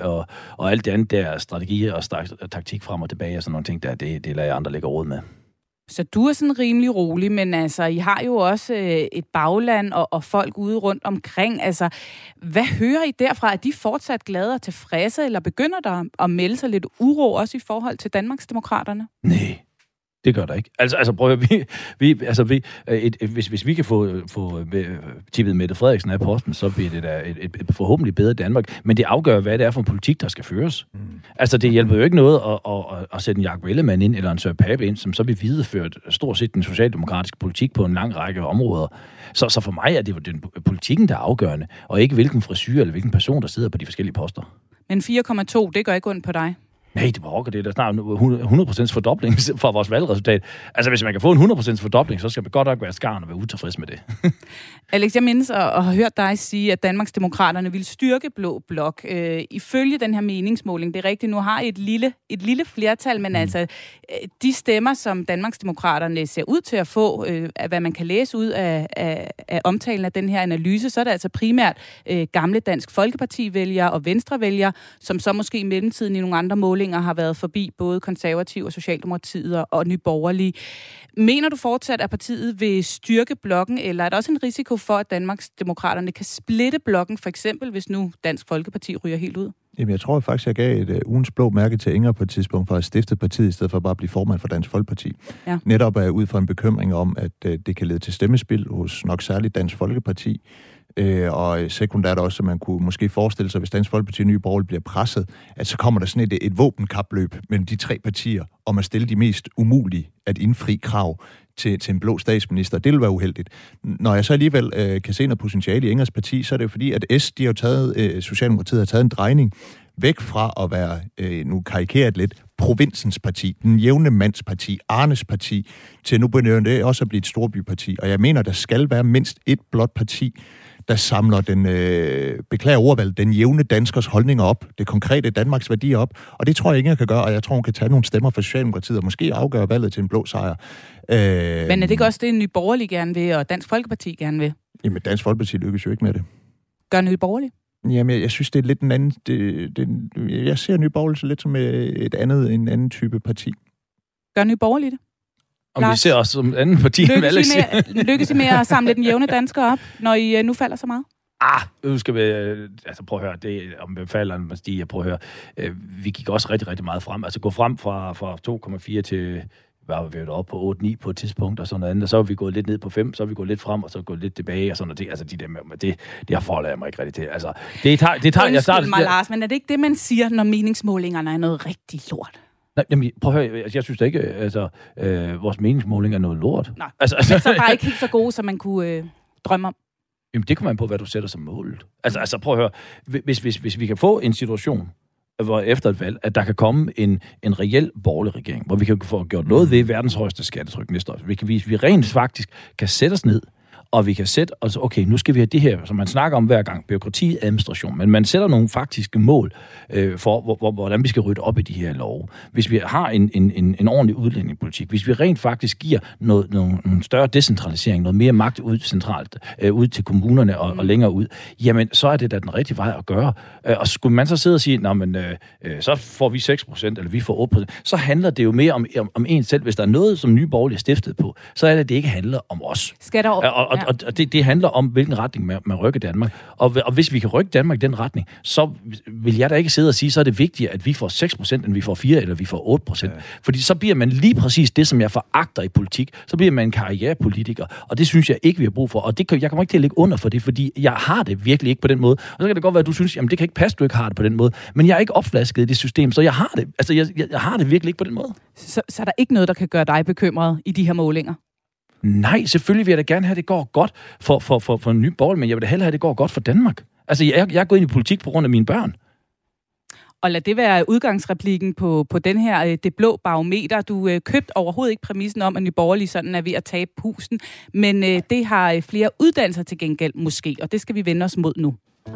og alt det andet der, strategier og taktik frem og tilbage, og sådan nogle ting der, det lader jeg andre lægge råd med. Så du er sådan rimelig rolig, men altså, I har jo også et bagland og folk ude rundt omkring. Altså, hvad hører I derfra? Er de fortsat glade og tilfredse, eller begynder der at melde sig lidt uro også i forhold til Danmarksdemokraterne? Nej. Det gør der ikke. Altså prøv at høre, hvis vi kan få tippet Mette Frederiksen af posten, så bliver det da et forhåbentlig bedre Danmark. Men det afgør, hvad det er for en politik, der skal føres. Altså, det hjælper jo ikke noget at sætte en Jakob Ellemann ind, eller en Søren Pape ind, som så vil videreført stort set den socialdemokratiske politik på en lang række områder. Så for mig er det jo den politikken, der er afgørende, og ikke hvilken frisyr eller hvilken person, der sidder på de forskellige poster. Men 4,2, det gør ikke ondt på dig? Nej, det var det er snart 100% fordobling fra vores valgresultat. Altså, hvis man kan få en 100% fordobling, så skal man godt nok være skarn og være utilfreds med det. Alex, jeg mindes at have hørt dig sige, at Danmarksdemokraterne vil styrke Blå Blok. Ifølge den her meningsmåling, det er rigtigt, nu har I et lille flertal, men altså, de stemmer, som Danmarksdemokraterne ser ud til at få, hvad man kan læse ud af omtalen af den her analyse, så er det altså primært gamle Dansk Folkeparti-vælgere og Venstre-vælgere, som så måske i mellemtiden i nogle andre målinger har været forbi både Konservative og Socialdemokratiet og Nye Borgerlige. Mener du fortsat, at partiet vil styrke blokken, eller er der også en risiko for, at Danmarksdemokraterne kan splitte blokken, for eksempel hvis nu Dansk Folkeparti ryger helt ud? Jamen, jeg tror faktisk, jeg gav et ugens blå mærke til Inger på et tidspunkt for at stifte partiet, i stedet for bare at blive formand for Dansk Folkeparti. Ja. Netop er ud fra en bekymring om, at det kan lede til stemmespil hos nok særligt Dansk Folkeparti. Og sekundært også, at man kunne måske forestille sig, hvis Dansk Folkeparti og Nye Borgerlige bliver presset, at så kommer der sådan et våbenkapløb mellem de tre partier om at stille de mest umulige at indfri krav til en blå statsminister. Det vil være uheldigt. Når jeg så alligevel kan se noget potentiale i Ingers parti, så er det jo fordi, at de har taget, Socialdemokratiet har taget en drejning væk fra at være, nu karikeret lidt, provinsens parti, den jævne mands parti, Arnes parti, til nu begynder det også at blive et storbyparti. Og jeg mener, der skal være mindst et blåt parti, der samler den, beklager ordvalg, den jævne danskers holdninger op, det konkrete Danmarks værdier op, og det tror jeg ikke, jeg kan gøre, og jeg tror, hun kan tage nogle stemmer fra Socialdemokratiet, og måske afgøre valget til en blå sejr. Men er det ikke også det, Nye Borgerlige gerne vil, og Dansk Folkeparti gerne vil? Jamen, Dansk Folkeparti lykkes jo ikke med det. Gør Nye Borgerlige? Jamen, jeg synes, det er lidt en anden... jeg ser Nye Borgerlige lidt som en anden type parti. Gør Nye Borgerlige det? Om vi ser os som anden parti med Alex. Lykkes I med at samle den jævne dansker op, når I nu falder så meget? Nu skal vi... Altså, prøv at høre. Det, om vi falder, man stiger, prøv at høre. Vi gik også rigtig, rigtig meget frem. Altså, gå frem fra 2,4 til... var vi jo oppe på 8-9 på et tidspunkt, og sådan noget andet. Og så er vi gået lidt ned på 5, så er vi gået lidt frem, og så gået lidt tilbage, og sådan noget. Altså, det har forholdet jeg mig ikke rigtig til. Altså, det tager... Undskyld mig, Lars, men er det ikke det, man siger, når meningsmålingerne er noget rigtig lort? Nej, jamen, prøv at høre, jeg synes da ikke, vores meningsmåling er noget lort. Nej, men så bare ikke helt så gode, som man kunne drømme om. Jamen, det kommer an på, hvad du sætter som mål. Altså prøv at høre, hvis vi kan få en situation, hvor efter et valg, at der kan komme en reel borgerlig regering, hvor vi kan få gjort noget ved verdens højeste skattetryk næste år. Vi rent faktisk kan sætte os ned og vi kan sætte os, okay, nu skal vi have det her, som man snakker om hver gang, bureaukrati, administration, men man sætter nogle faktiske mål for, hvordan vi skal rydde op i de her love. Hvis vi har en ordentlig udlændingepolitik, hvis vi rent faktisk giver nogle større decentralisering, noget mere magt ud centralt, ud til kommunerne og længere ud, jamen, så er det da den rigtige vej at gøre. Og skulle man så sidde og sige, så får vi 6%, eller vi får 8%, så handler det jo mere om en selv. Hvis der er noget, som Nye Borgerlige er stiftet på, så er det, at det ikke handler om os. Og det handler om, hvilken retning man rykker Danmark. Og hvis vi kan rykke Danmark i den retning, så vil jeg da ikke sidde og sige, så er det vigtigere, at vi får 6%, end vi får 4%, eller vi får 8%. Ja. Fordi så bliver man lige præcis det, som jeg foragter i politik. Så bliver man en karrierepolitiker. Og det synes jeg ikke, vi har brug for. Og jeg kommer ikke til at lægge under for det, fordi jeg har det virkelig ikke på den måde. Og så kan det godt være, at du synes, jamen det kan ikke passe, du ikke har det på den måde. Men jeg er ikke opflasket i det system, så jeg har det. Altså, jeg har det virkelig ikke på den måde. Så er der ikke noget, der kan gøre dig bekymret i de her målinger? Nej, selvfølgelig vil jeg da gerne have, at det går godt for Nye Borgerlige, men jeg vil da hellere have, at det går godt for Danmark. Altså, jeg er gået ind i politik på grund af mine børn. Og lad det være udgangsreplikken på den her Det Blå Barometer. Du købte overhovedet ikke præmissen om, at Nye Borgerlige sådan er ved at tabe pusten, men det har flere uddannelser til gengæld måske, og det skal vi vende os mod nu.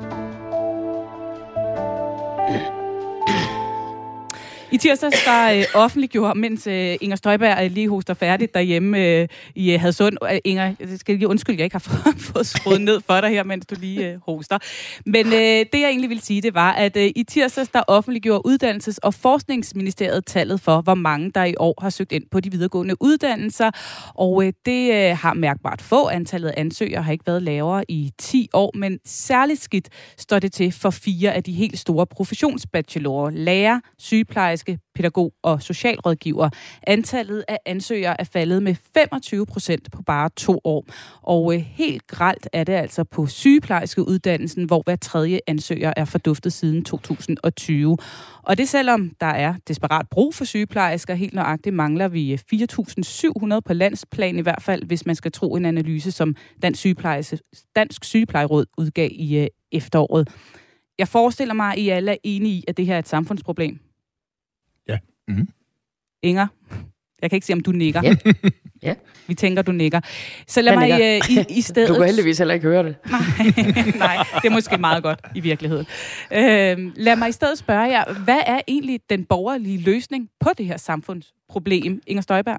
I tirsdags der offentliggjorde, mens Inger Støjberg lige hoster færdigt derhjemme i Hadsund. Inger, jeg skal lige undskylde, jeg ikke har fået skruet ned for dig her, mens du lige hoster. Men det, jeg egentlig ville sige, det var, at i tirsdags der offentliggjorde Uddannelses- og Forskningsministeriet tallet for, hvor mange der i år har søgt ind på de videregående uddannelser. Og det har mærkbart få. Antallet af ansøgere har ikke været lavere i 10 år, men særligt skidt står det til for 4 af de helt store professionsbachelorer, lærer, sygeplejerske, pædagog og socialrådgiver. Antallet af ansøgere er faldet med 25% på bare 2 år. Og helt grelt er det altså på sygeplejerskeuddannelsen, hvor hver tredje ansøger er forduftet siden 2020. Og det selvom der er desperat brug for sygeplejersker, helt nøjagtigt mangler vi 4.700 på landsplan i hvert fald, hvis man skal tro en analyse, som Dansk Sygeplejeråd udgav i efteråret. Jeg forestiller mig, at I alle er enige i, at det her er et samfundsproblem. Ja. Mm-hmm. Inger, jeg kan ikke se, om du nikker. Ja. Ja. Vi tænker, du nikker. Så lad mig i stedet... Du kan heldigvis heller ikke høre det. Nej, det er måske meget godt i virkeligheden. Lad mig i stedet spørge jer, hvad er egentlig den borgerlige løsning på det her samfundsproblem, Inger Støjberg?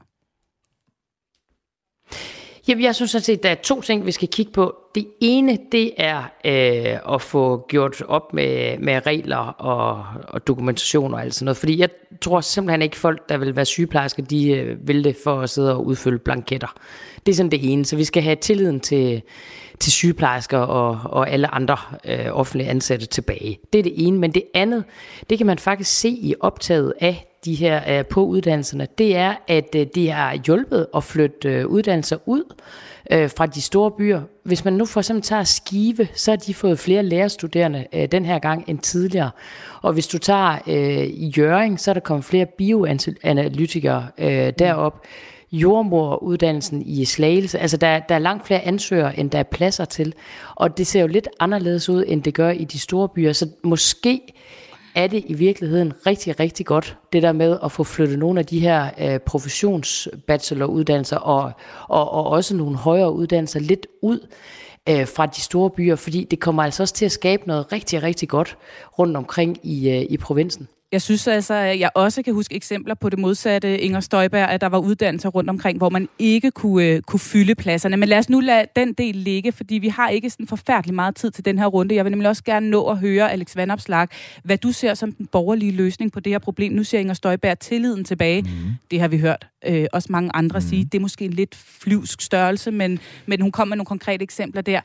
Jamen, jeg synes sådan set, der er 2 ting, vi skal kigge på. Det ene, det er at få gjort op med regler og dokumentation og alt sådan noget. Fordi jeg tror simpelthen ikke folk, der vil være sygeplejersker, de vil det for at sidde og udfylde blanketter. Det er sådan det ene. Så vi skal have tilliden til sygeplejersker og alle andre offentlige ansatte tilbage. Det er det ene. Men det andet, det kan man faktisk se i optaget af de her på uddannelserne, det er, at de har hjulpet at flytte uddannelser ud fra de store byer. Hvis man nu for eksempel tager Skive, så har de fået flere lærerstuderende den her gang end tidligere. Og hvis du tager i Hjørring, så er der kommet flere bioanalytikere derop. Jordemoderuddannelsen i Slagelse. Altså der er langt flere ansøgere, end der er pladser til. Og det ser jo lidt anderledes ud, end det gør i de store byer. Så måske er det i virkeligheden rigtig, rigtig godt, det der med at få flyttet nogle af de her professionsbacheloruddannelser og også nogle højere uddannelser lidt ud fra de store byer, fordi det kommer altså også til at skabe noget rigtig, rigtig godt rundt omkring i provinsen. Jeg synes altså, at jeg også kan huske eksempler på det modsatte, Inger Støjberg, at der var uddannelser rundt omkring, hvor man ikke kunne fylde pladserne. Men lad os nu lade den del ligge, fordi vi har ikke sådan forfærdelig meget tid til den her runde. Jeg vil nemlig også gerne nå at høre, Alex Vanopslagh, hvad du ser som den borgerlige løsning på det her problem. Nu ser Inger Støjberg tilliden tilbage. Det har vi hørt også mange andre sige. Det er måske en lidt flyvsk størrelse, men hun kom med nogle konkrete eksempler der.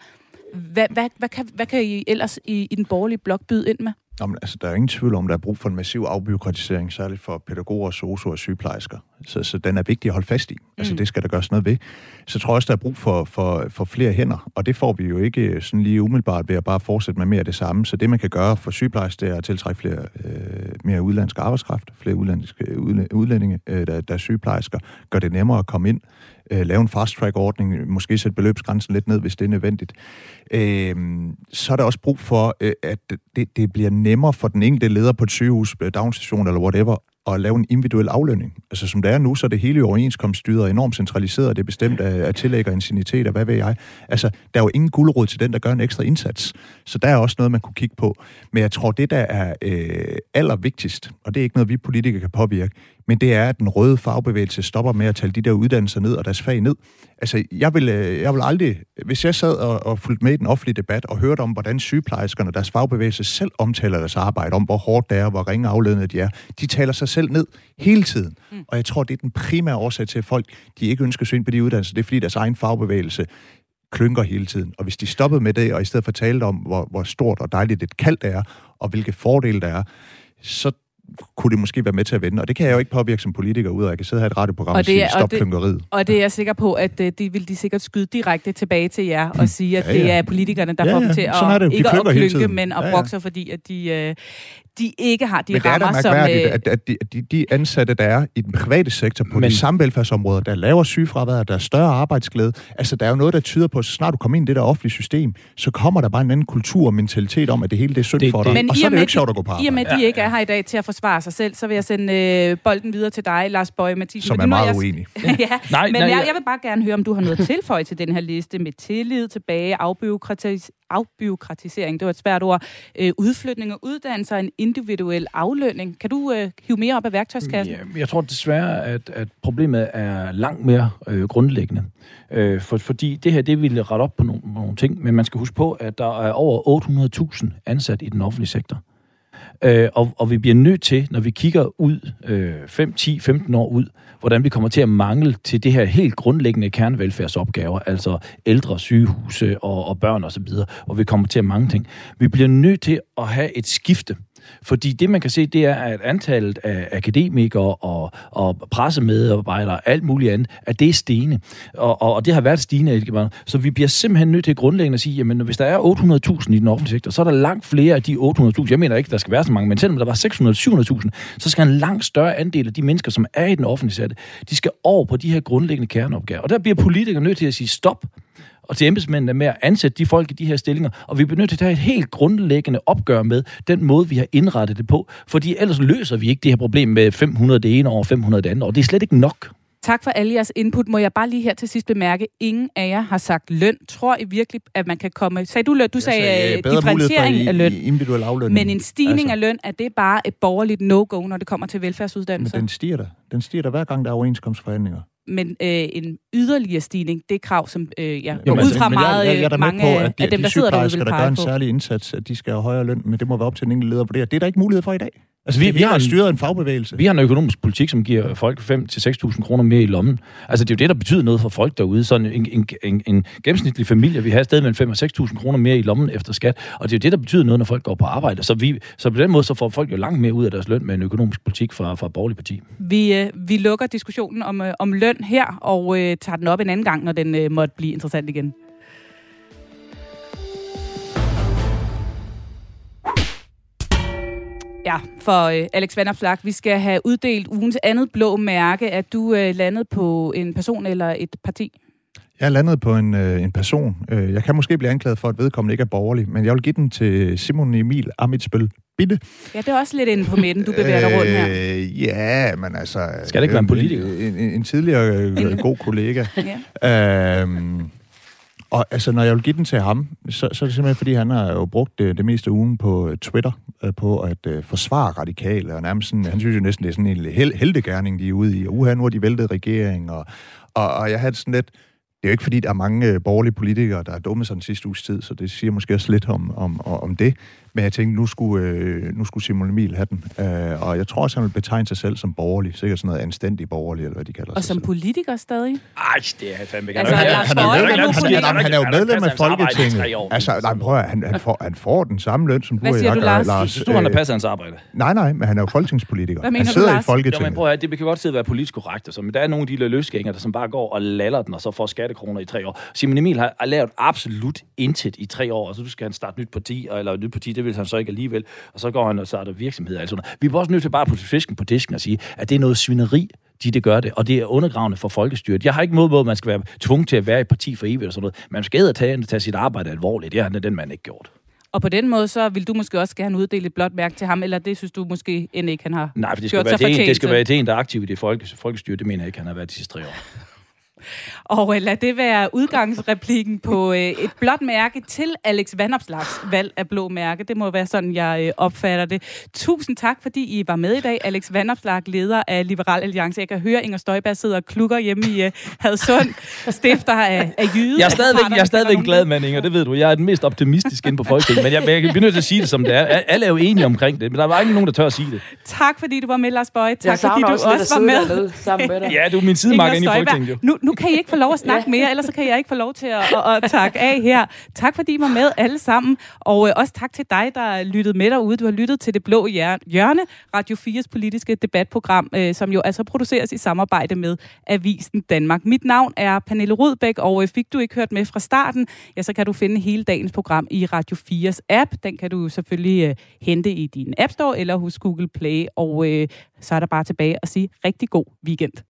Hvad kan I ellers i den borgerlige blok byde ind med? Jamen, altså, der er ingen tvivl om, der er brug for en massiv afbureaukratisering, særligt for pædagoger, sosuer og sygeplejersker. Så den er vigtig at holde fast i. Altså, det skal der gøres noget ved. Så jeg tror også, der er brug for flere hænder, og det får vi jo ikke sådan lige umiddelbart ved at bare fortsætte med mere af det samme. Så det, man kan gøre for sygeplejersker, det er at tiltrække mere udenlandsk arbejdskraft, flere udlændinge, der er sygeplejersker, gør det nemmere at komme ind, lave en fast-track-ordning, måske sætte beløbsgrænsen lidt ned, hvis det er nødvendigt. Så er der også brug for, at det bliver nemmere for den enkelte leder på et sygehus, daginstitution eller whatever, at lave en individuel aflønning. Altså som det er nu, så er det hele overenskomststyret og enormt centraliseret, det er bestemt af tillæg og anciennitet, og hvad ved jeg. Altså, der er jo ingen gulerod til den, der gør en ekstra indsats. Så der er også noget, man kunne kigge på. Men jeg tror, det der er allervigtigst, og det er ikke noget, vi politikere kan påvirke, men det er, at den røde fagbevægelse stopper med at tale de der uddannelser ned og deres fag ned. Altså, jeg vil aldrig, hvis jeg sad og fulgte med i den offentlige debat og hørte om, hvordan sygeplejerskerne og deres fagbevægelse selv omtaler deres arbejde, om hvor hårdt det er, hvor ringe aflønnet de er, de taler sig selv ned hele tiden. Og jeg tror, det er den primære årsag til, at folk de ikke ønsker at søge ind på de uddannelser. Det er, fordi deres egen fagbevægelse klynker hele tiden. Og hvis de stoppede med det, og i stedet for tale om, hvor stort og dejligt et kald det er, og hvilke fordele der er, så kunne det måske være med til at vende. Og det kan jeg jo ikke påvirke som politiker ud af. Jeg kan sidde her i et radioprogram og sige, stop klynkeriet. Og det er jeg sikker på, at de vil sikkert skyde direkte tilbage til jer og sige, at det er politikerne, der får dem til at ikke at klynke, men at brokse, fordi at de ikke har de rammer, som... Men det er da mærkværdigt, at de ansatte, der er i den private sektor på de samme velfærdsområder, der laver sygefravær, der er større arbejdsglæde. Altså, der er jo noget, der tyder på, så snart du kommer ind i det der offentlige system, så kommer der bare en anden kultur og mentalitet om, at det hele det er synd for dig. Og så er det jo ikke sjovt at gå på arbejde. I og med, at de ikke er her i dag til at forsvare sig selv, så vil jeg sende bolden videre til dig, Lars Boje Mathiesen. Som er meget uenig. Jeg vil bare gerne høre, om du har noget tilføje til den her liste med tillid tilbage, afbureaukratisering, det var et svært ord, udflytning af uddannelser og en individuel aflønning. Kan du hive mere op af værktøjskassen? Ja, jeg tror desværre, at problemet er langt mere grundlæggende. Fordi det her, det vil rette op på nogle ting, men man skal huske på, at der er over 800.000 ansat i den offentlige sektor. Og vi bliver nødt til, når vi kigger ud 5, 10, 15 år ud, hvordan vi kommer til at mangle til det her helt grundlæggende kernevelfærdsopgaver, altså ældre, sygehuse og børn osv., og vi kommer til at mangle ting. Vi bliver nødt til at have et skifte. Fordi det, man kan se, det er, at antallet af akademikere og pressemedarbejdere og alt muligt andet, at det er stigende. Og det har været stigende. Så vi bliver simpelthen nødt til grundlæggende at sige, jamen hvis der er 800.000 i den offentlige sektor, så er der langt flere af de 800.000. Jeg mener ikke, der skal være så mange, men selvom der var 600-700.000, så skal en langt større andel af de mennesker, som er i den offentlige sektor, de skal over på de her grundlæggende kerneopgaver. Og der bliver politikere nødt til at sige stop, og til embedsmændene med at ansætte de folk i de her stillinger, og vi bliver nødt til at have et helt grundlæggende opgør med den måde, vi har indrettet det på, fordi ellers løser vi ikke det her problem med 500 det ene år og 500 det andet år. Det er slet ikke nok. Tak for alle jeres input. Må jeg bare lige her til sidst bemærke, ingen af jer har sagt løn. Tror I virkelig, at man kan komme... Sagde du løn? Du sagde differentiering af løn. Individuel aflønning. Men en stigning af løn, er det bare et borgerligt no-go, når det kommer til velfærdsuddannelser? Men den stiger der. Den stiger der hver gang, der er overenskomstforhandlinger. Men en yderligere stigning, det er krav, som jeg går ud fra meget mange af dem, der sidder derude, vil pege på. Der gør en særlig indsats, at de skal have højere løn, men det må være op til den enkelte leder at vurdere. Det er der ikke mulighed for i dag. Altså, vi har styret en fagbevægelse. Vi har en økonomisk politik, som giver folk 5.000-6.000 kroner mere i lommen. Altså, det er jo det, der betyder noget for folk derude. Sådan en gennemsnitlig familie, vi har stadig mellem 5.000 og 6.000 kroner mere i lommen efter skat. Og det er jo det, der betyder noget, når folk går på arbejde. Så på den måde, så får folk jo langt mere ud af deres løn med en økonomisk politik fra borgerlig parti. Vi lukker diskussionen om løn her, og tager den op en anden gang, når den måtte blive interessant igen. Ja, for Alex Vanopslagh, vi skal have uddelt ugens andet blå mærke. Er du landet på en person eller et parti? Jeg er landet på en person. Jeg kan måske blive anklaget for, at vedkommende ikke er borgerlig, men jeg vil give den til Simon Emil Ammitzbøll-Bille. Ja, det er også lidt inde på midten, du bevæger dig rundt her. Ja, men altså... Skal det ikke være en politiker? En tidligere god kollega. Ja. Og altså, når jeg vil give den til ham, så er det simpelthen, fordi han har jo brugt det meste af ugen på Twitter på at forsvare radikale, og nærmest sådan, han synes jo næsten, det er sådan en heltegerning, de er ude i. Nu har de væltet regeringen, og jeg havde sådan lidt... Det er jo ikke, fordi der er mange borgerlige politikere, der er dumme sådan sidste uges tid, så det siger måske også lidt om det. Men jeg tænkte, nu skulle Simon Emil have den. Og jeg tror også, han vil betegne sig selv som borgerlig. Sikkert sådan noget anstændig borgerlig, eller hvad de kalder sig. Og som politiker stadig? Ej, det er fandme ikke. Altså, han er jo medlem af Folketinget. Altså, prøv at han får den samme løn, som du og jeg gør, Lars. Synes du, han har passet hans arbejde? Nej, men han er jo folketingspolitiker. Han sidder i Folketinget. Jo, men prøv at det kan godt sidde at være politisk korrekt, altså, men der er nogle af de løsgængere, der som bare går og laller den, og så får skattekroner i 3 år. Simon Emil har lavet absolut intet i 3 år, og så skal han starte nyt parti, eller et nyt parti, det vil han så ikke alligevel, og så går han og starter virksomheder. Altså, vi er også nødt til bare at putte fisken på disken og sige, at det er noget svineri, det gør det, og det er undergravende for folkestyret. Jeg har ikke mod, at man skal være tvunget til at være i parti for evigt og sådan noget. Man skal tage sit arbejde alvorligt. Det har den mand ikke gjort. Og på den måde, så vil du måske også gerne uddele et blåt mærke til ham, eller det synes du måske end ikke, han har Nej, for det gjort skal være til en, der er aktiv i det folkestyre. Det mener jeg ikke, han har været de sidste 3 år. Og lad det være udgangsreplikken på et blåt mærke til Alex Vanopslaghs valg af blå mærke. Det må være sådan, jeg opfatter det. Tusind tak, fordi I var med i dag. Alex Vanopslagh, leder af Liberal Alliance. Jeg kan høre, Inger Støjberg sidder og klukker hjemme i Hadsund, stifter af Jyde. Jeg er stadigvæk en glad mand, Inger, det ved du. Jeg er den mest optimistiske inde på Folketinget, men jeg bliver nødt til at sige det, som det er. Alle er jo enige omkring det, men der var ikke nogen, der tør at sige det. Tak, fordi du var med, Lars Bøje. Tak, fordi du også var med. Sammen med dig. Ja, du er min sidemarker inde i Folketinget. Nu kan I ikke få lov at snakke mere, ellers så kan jeg ikke få lov til at takke af her. Tak fordi I var med alle sammen, og også tak til dig, der lyttede med derude. Du har lyttet til Det Blå Hjørne, Radio 4's politiske debatprogram, som jo altså produceres i samarbejde med Avisen Danmark. Mit navn er Pernille Rudbæk, og fik du ikke hørt med fra starten, ja, så kan du finde hele dagens program i Radio 4's app. Den kan du selvfølgelig hente i din App Store eller hos Google Play, og så er der bare tilbage at sige rigtig god weekend.